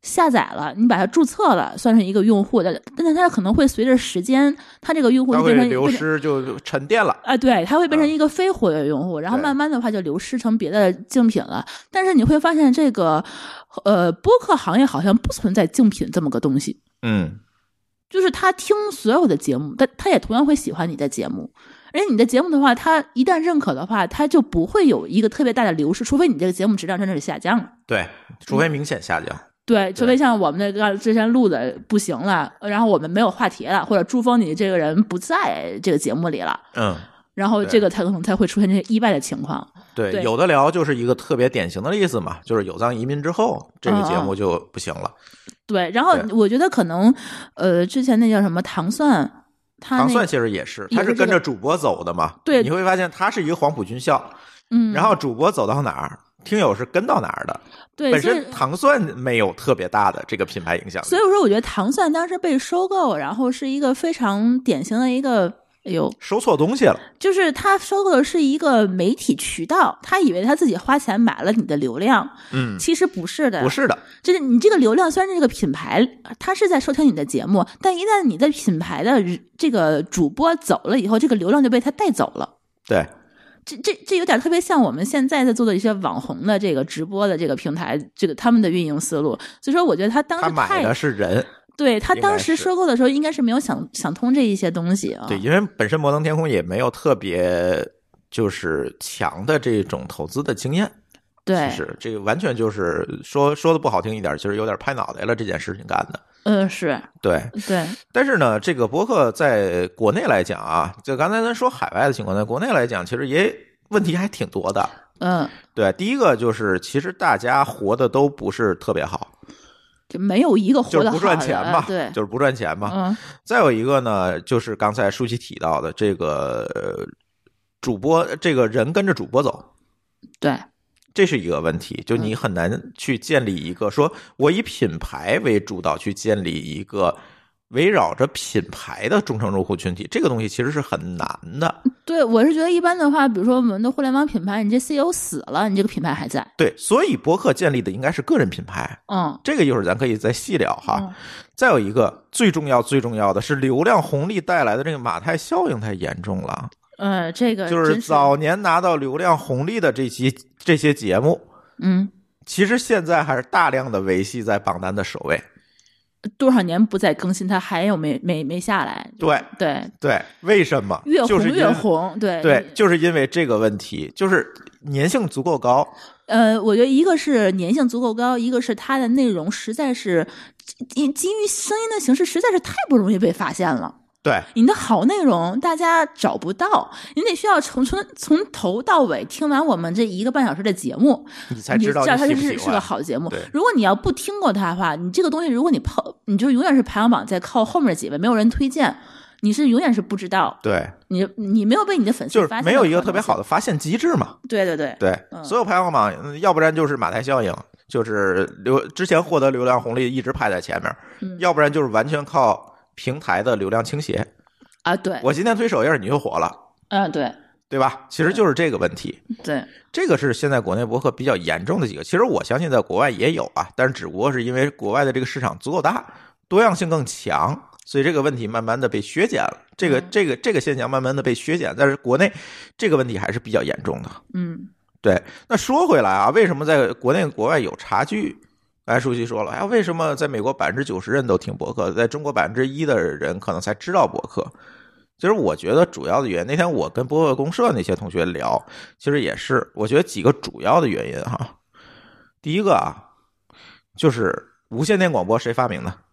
下载了，你把它注册了，算是一个用户的，但是它可能会随着时间，它这个用户就变成
流失，就沉淀了
啊，对，它会变成一个非活跃用户，然后慢慢的话就流失成别的竞品了。但是你会发现这个播客行业好像不存在竞品这么个东西，就是他听所有的节目，但他也同样会喜欢你的节目。而且你的节目的话，他一旦认可的话，他就不会有一个特别大的流失，除非你这个节目质量真的是下降了。
对，除非明显下降。
对，除非像我们那个之前录的不行了，然后我们没有话题了，或者朱峰你这个人不在这个节目里了，然后这个才可能才会出现这些意外的情况。
对，有的聊就是一个特别典型的例子嘛，就是有藏移民之后，这个节目就不行了。
对，然后我觉得可能之前那叫什么糖蒜。
糖蒜其实也是，他是跟着主播走的嘛。
对，
你会发现他是一个黄埔军校，然后主播走到哪儿，听友是跟到哪儿的。
对，
本身糖蒜没有特别大的这个品牌影响力。
所以说，我觉得糖蒜当时被收购，然后是一个非常典型的一个。哎呦，
收错东西了！
就是他收购的是一个媒体渠道，他以为他自己花钱买了你的流量，其实不是的，
不是的。
就是你这个流量虽然是这个品牌，他是在收听你的节目，但一旦你的品牌的这个主播走了以后，这个流量就被他带走了。
对，
这有点特别像我们现在在做的一些网红的这个直播的这个平台，这个他们的运营思路。所以说，我觉得他当时
他买的是人。
对，他当时收购的时候应该是没有想通这一些东西啊。
对，因为本身摩登天空也没有特别就是强的这种投资的经验。
对，
其实这个完全就是说的不好听一点，其实有点拍脑袋了，这件事情干的。
是。
对。但是呢，这个播客在国内来讲啊，就刚才咱说海外的情况，在国内来讲，其实也问题还挺多的。对，第一个就是其实大家活的都不是特别好。
就没有一个活得好的，
就是不赚钱嘛，
对，
就是不赚钱嘛。再有一个呢，就是刚才舒淇提到的这个主播，这个人跟着主播走，
对，
这是一个问题。就你很难去建立一个说我以品牌为主导去建立一个围绕着品牌的忠诚用户群体，这个东西其实是很难的。
对，我是觉得一般的话，比如说我们的互联网品牌，你这 CEO 死了，你这个品牌还在。
对，所以播客建立的应该是个人品牌。这个一会儿咱可以再细聊哈。再有一个最重要的是流量红利带来的这个马太效应太严重了。
这个
就是早年拿到流量红利的这些节目，其实现在还是大量的维系在榜单的首位。
多少年不再更新，它还有没下来？
对，为什么？
越红越红，对，
就是因为这个问题，就是粘性足够高。
我觉得一个是粘性足够高，一个是它的内容实在是基于声音的形式实在是太不容易被发现了。
对，
你的好内容大家找不到，你得需要从头到尾听完我们这1个半小时的节目，
你才知道
它是个好节目。如果你要不听过它的话，你这个东西如果你就永远是排行榜在靠后面几位，没有人推荐，你是永远是不知道。
对，
你没有被你的粉丝发现，
就是没有一个特别好的发现机制嘛。
对，
所有排行榜要不然就是马太效应，就是之前获得流量红利一直排在前面，要不然就是完全靠平台的流量倾斜
啊。对，
我今天推首页你就火了。对吧？其实就是这个问题。
对，
这个是现在国内播客比较严重的几个。其实我相信在国外也有啊，但是只不过是因为国外的这个市场足够大，多样性更强，所以这个问题慢慢的被削减了。这个现象慢慢的被削减，但是国内这个问题还是比较严重的。对。那说回来啊，为什么在国内国外有差距？刚才舒淇说了，为什么在美国90%人都听播客，在中国1%的人可能才知道播客？其实我觉得主要的原因，那天我跟播客公社那些同学聊，其实也是，我觉得几个主要的原因哈。第一个啊，就是无线电广播谁发明的？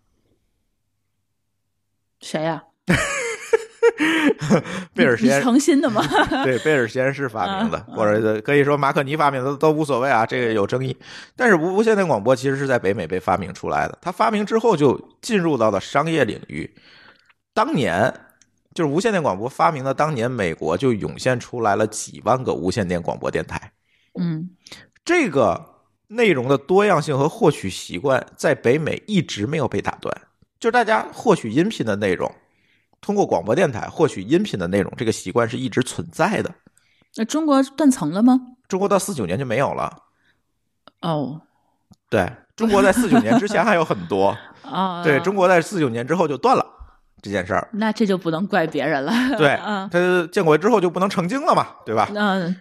谁呀？
贝尔实验室
诚心的吗？
对，贝尔实验室发明的，或者可以说马可尼发明的都无所谓啊，这个有争议。但是无线电广播其实是在北美被发明出来的，它发明之后就进入到了商业领域。当年就是无线电广播发明的当年，美国就涌现出来了几万个无线电广播电台。这个内容的多样性和获取习惯在北美一直没有被打断，就是大家获取音频的内容，通过广播电台获取音频的内容，这个习惯是一直存在的。
那中国断层了吗？
中国到49年就没有了。
哦，
对， 中国在49年之前还有很多
啊，
对，中国在49年之后就断了这件事儿，
那这就不能怪别人了。
对，他建国之后就不能成经了嘛，对吧？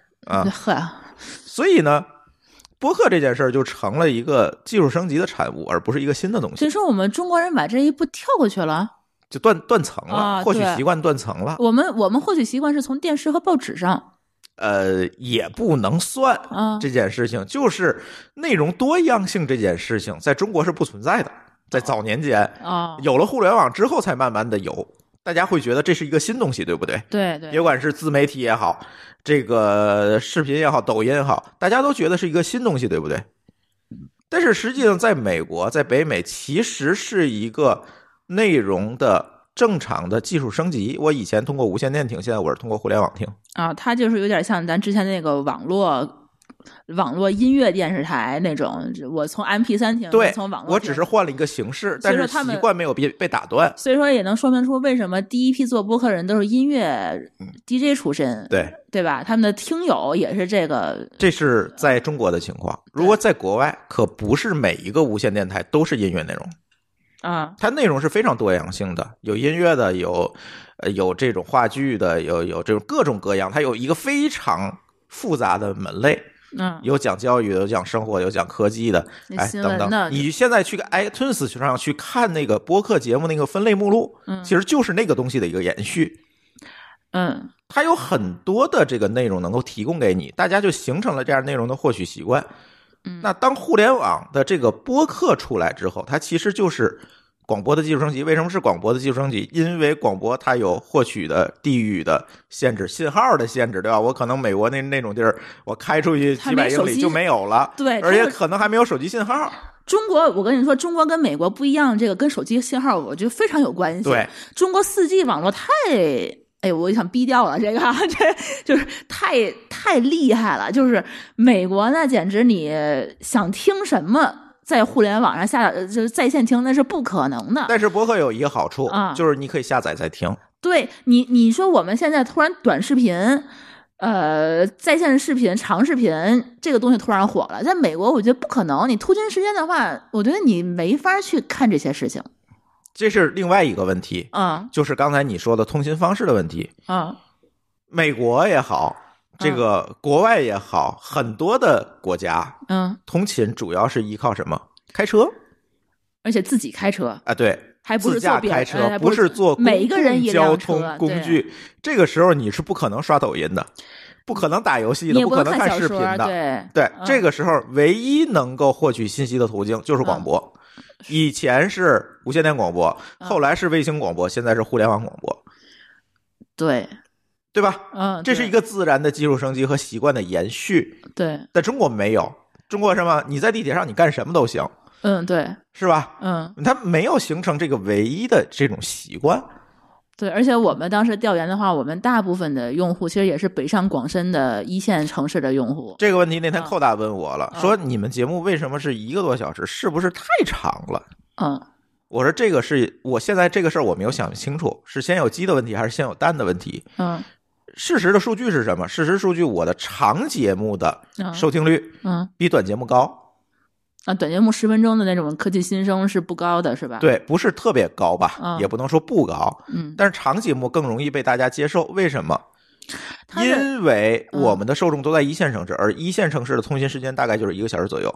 所以呢，播客这件事儿就成了一个技术升级的产物，而不是一个新的东西。
所以说，我们中国人把这一步跳过去了，
就断层了，获取习惯断层了。
我们获取习惯是从电视和报纸上。
也不能算这件事情，就是内容多样性这件事情，在中国是不存在的。在早年间有了互联网之后，才慢慢的有，大家会觉得这是一个新东西，对不对？
对对，
别管是自媒体也好，这个视频也好，抖音也好，大家都觉得是一个新东西，对不对？但是实际上，在美国，在北美，其实是一个内容的正常的技术升级。我以前通过无线电听，现在我是通过互联网听
啊，它就是有点像咱之前那个网络音乐电视台那种，我从 MP3 听，
对，
从网络听，
我只是换了一个形式，但是习惯没有被打断。
所以说也能说明出为什么第一批做播客人都是音乐 DJ 出身，对吧？他们的听友也是这个。
这是在中国的情况，如果在国外，可不是每一个无线电台都是音乐内容
啊，
它内容是非常多样性的，有音乐的，有这种话剧的，有这种各种各样，它有一个非常复杂的门类。有讲教育的，有讲生活，有讲科技的，等等。你现在去iTunes 上去看那个播客节目那个分类目录，其实就是那个东西的一个延续。它有很多的这个内容能够提供给你，大家就形成了这样内容的获取习惯。那当互联网的这个播客出来之后，它其实就是广播的技术升级。为什么是广播的技术升级？因为广播它有获取的地域的限制，信号的限制，对吧？我可能美国那种地儿，我开出去几百英里就没有了，
对，
而且可能还没有手机信号。
中国，我跟你说，中国跟美国不一样，这个跟手机信号，我觉得非常有关系。
对，
中国4G 网络哎，我想逼掉了这个，这就是太厉害了。就是美国呢，简直你想听什么，在互联网上就是在线听，那是不可能的。
但是播客有一个好处，就是你可以下载再听。
对你说我们现在突然短视频，在线视频、长视频这个东西突然火了，在美国我觉得不可能。你突击时间的话，我觉得你没法去看这些事情。
这是另外一个问题，就是刚才你说的通信方式的问题。美国也好，这个国外也好，很多的国家，通勤主要是依靠什么？开车，
而且自己开车
啊，对，
还不是
自驾开车，不是坐
每个人
交通工具。这个时候你是不可能刷抖音的，不可能打游戏的，不可能看视频的。对，这个时候唯一能够获取信息的途径就是广播。以前是无线电广播，后来是卫星广播，现在是互联网广播。对吧？这是一个自然的技术升级和习惯的延续。
对，
在中国没有。中国什么？你在地铁上你干什么都行。
对，
是吧？它没有形成这个唯一的这种习惯。
对，而且我们当时调研的话，我们大部分的用户其实也是北上广深的一线城市的用户。
这个问题那天寇大问我了，说你们节目为什么是1个多小时？是不是太长了？我说这个是我现在这个事儿我没有想清楚，是先有鸡的问题还是先有蛋的问题？事实的数据是什么？事实数据，我的长节目的收听率比短节目高。
短节目10分钟的那种科技新生是不高的，是吧？
对，不是特别高吧，也不能说不高。但是长节目更容易被大家接受，为什么？因为我们的受众都在一线城市，而一线城市的通勤时间大概就是1个小时左右。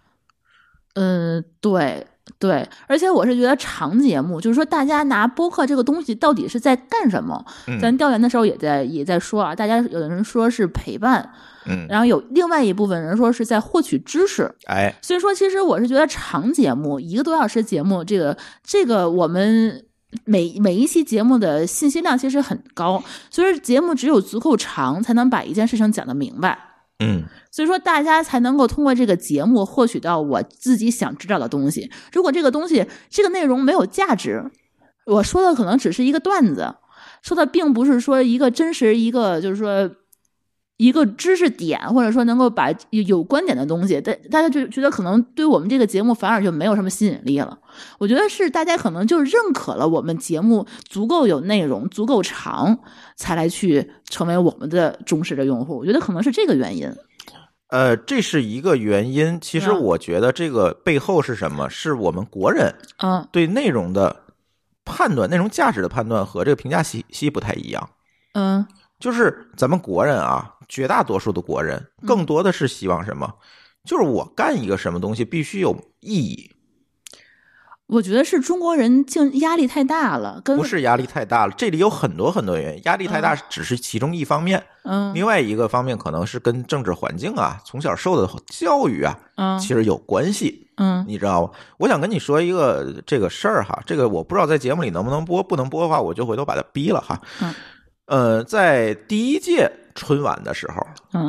对，而且我是觉得长节目，就是说大家拿播客这个东西到底是在干什么？咱调研的时候也在说啊，大家有的人说是陪伴，然后有另外一部分人说是在获取知识。所以说其实我是觉得长节目1个多小时节目，这个我们每一期节目的信息量其实很高，所以说节目只有足够长才能把一件事情讲得明白。所以说大家才能够通过这个节目获取到我自己想知道的东西。如果这个东西这个内容没有价值，我说的可能只是一个段子，说的并不是说一个真实，一个就是说一个知识点，或者说能够把有观点的东西，大家就觉得可能对我们这个节目反而就没有什么吸引力了。我觉得是大家可能就认可了我们节目足够有内容，足够长，才来去成为我们的忠实的用户。我觉得可能是这个原因。
这是一个原因。其实我觉得这个背后是什么？是我们国人对内容的判断，内容价值的判断和这个评价体系不太一样。就是咱们国人啊，绝大多数的国人更多的是希望什么？就是我干一个什么东西必须有意义。
我觉得是中国人压力太大了，
不是压力太大了，这里有很多很多原因，压力太大只是其中一方面。另外一个方面可能是跟政治环境啊，从小受的教育啊，其实有关系。你知道吗？我想跟你说一个这个事儿哈，这个我不知道在节目里能不能播，不能播的话我就回头把它逼了哈。在第一届春晚的时候，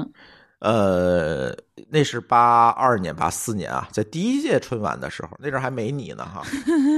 那是82年、84年啊，在第一届春晚的时候，那阵还没你呢哈。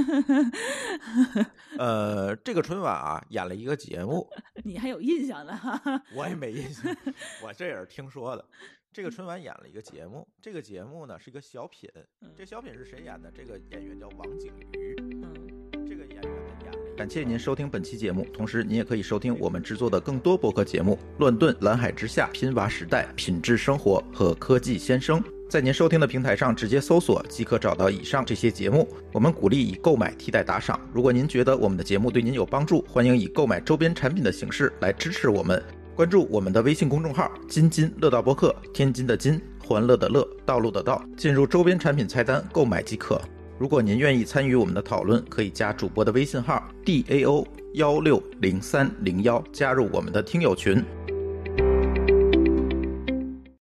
这个春晚啊，演了一个节目，
你还有印象呢？
我也没印象，我这也是听说的。这个春晚演了一个节目，这个节目呢是一个小品，这小品是谁演的？这个演员叫王景瑜。这个演员演的。感谢您收听本期节目，同时您也可以收听我们制作的更多播客节目：乱炖、蓝海之下、拼娃时代、品质生活和科技先生。在您收听的平台上直接搜索即可找到以上这些节目。我们鼓励以购买替代打赏，如果您觉得我们的节目对您有帮助，欢迎以购买周边产品的形式来支持我们。关注我们的微信公众号津津乐道播客，天津的津，欢乐的乐，道路的道，进入周边产品菜单购买即可。如果您愿意参与我们的讨论，可以加主播的微信号 DAO160301，加入我们的听友群。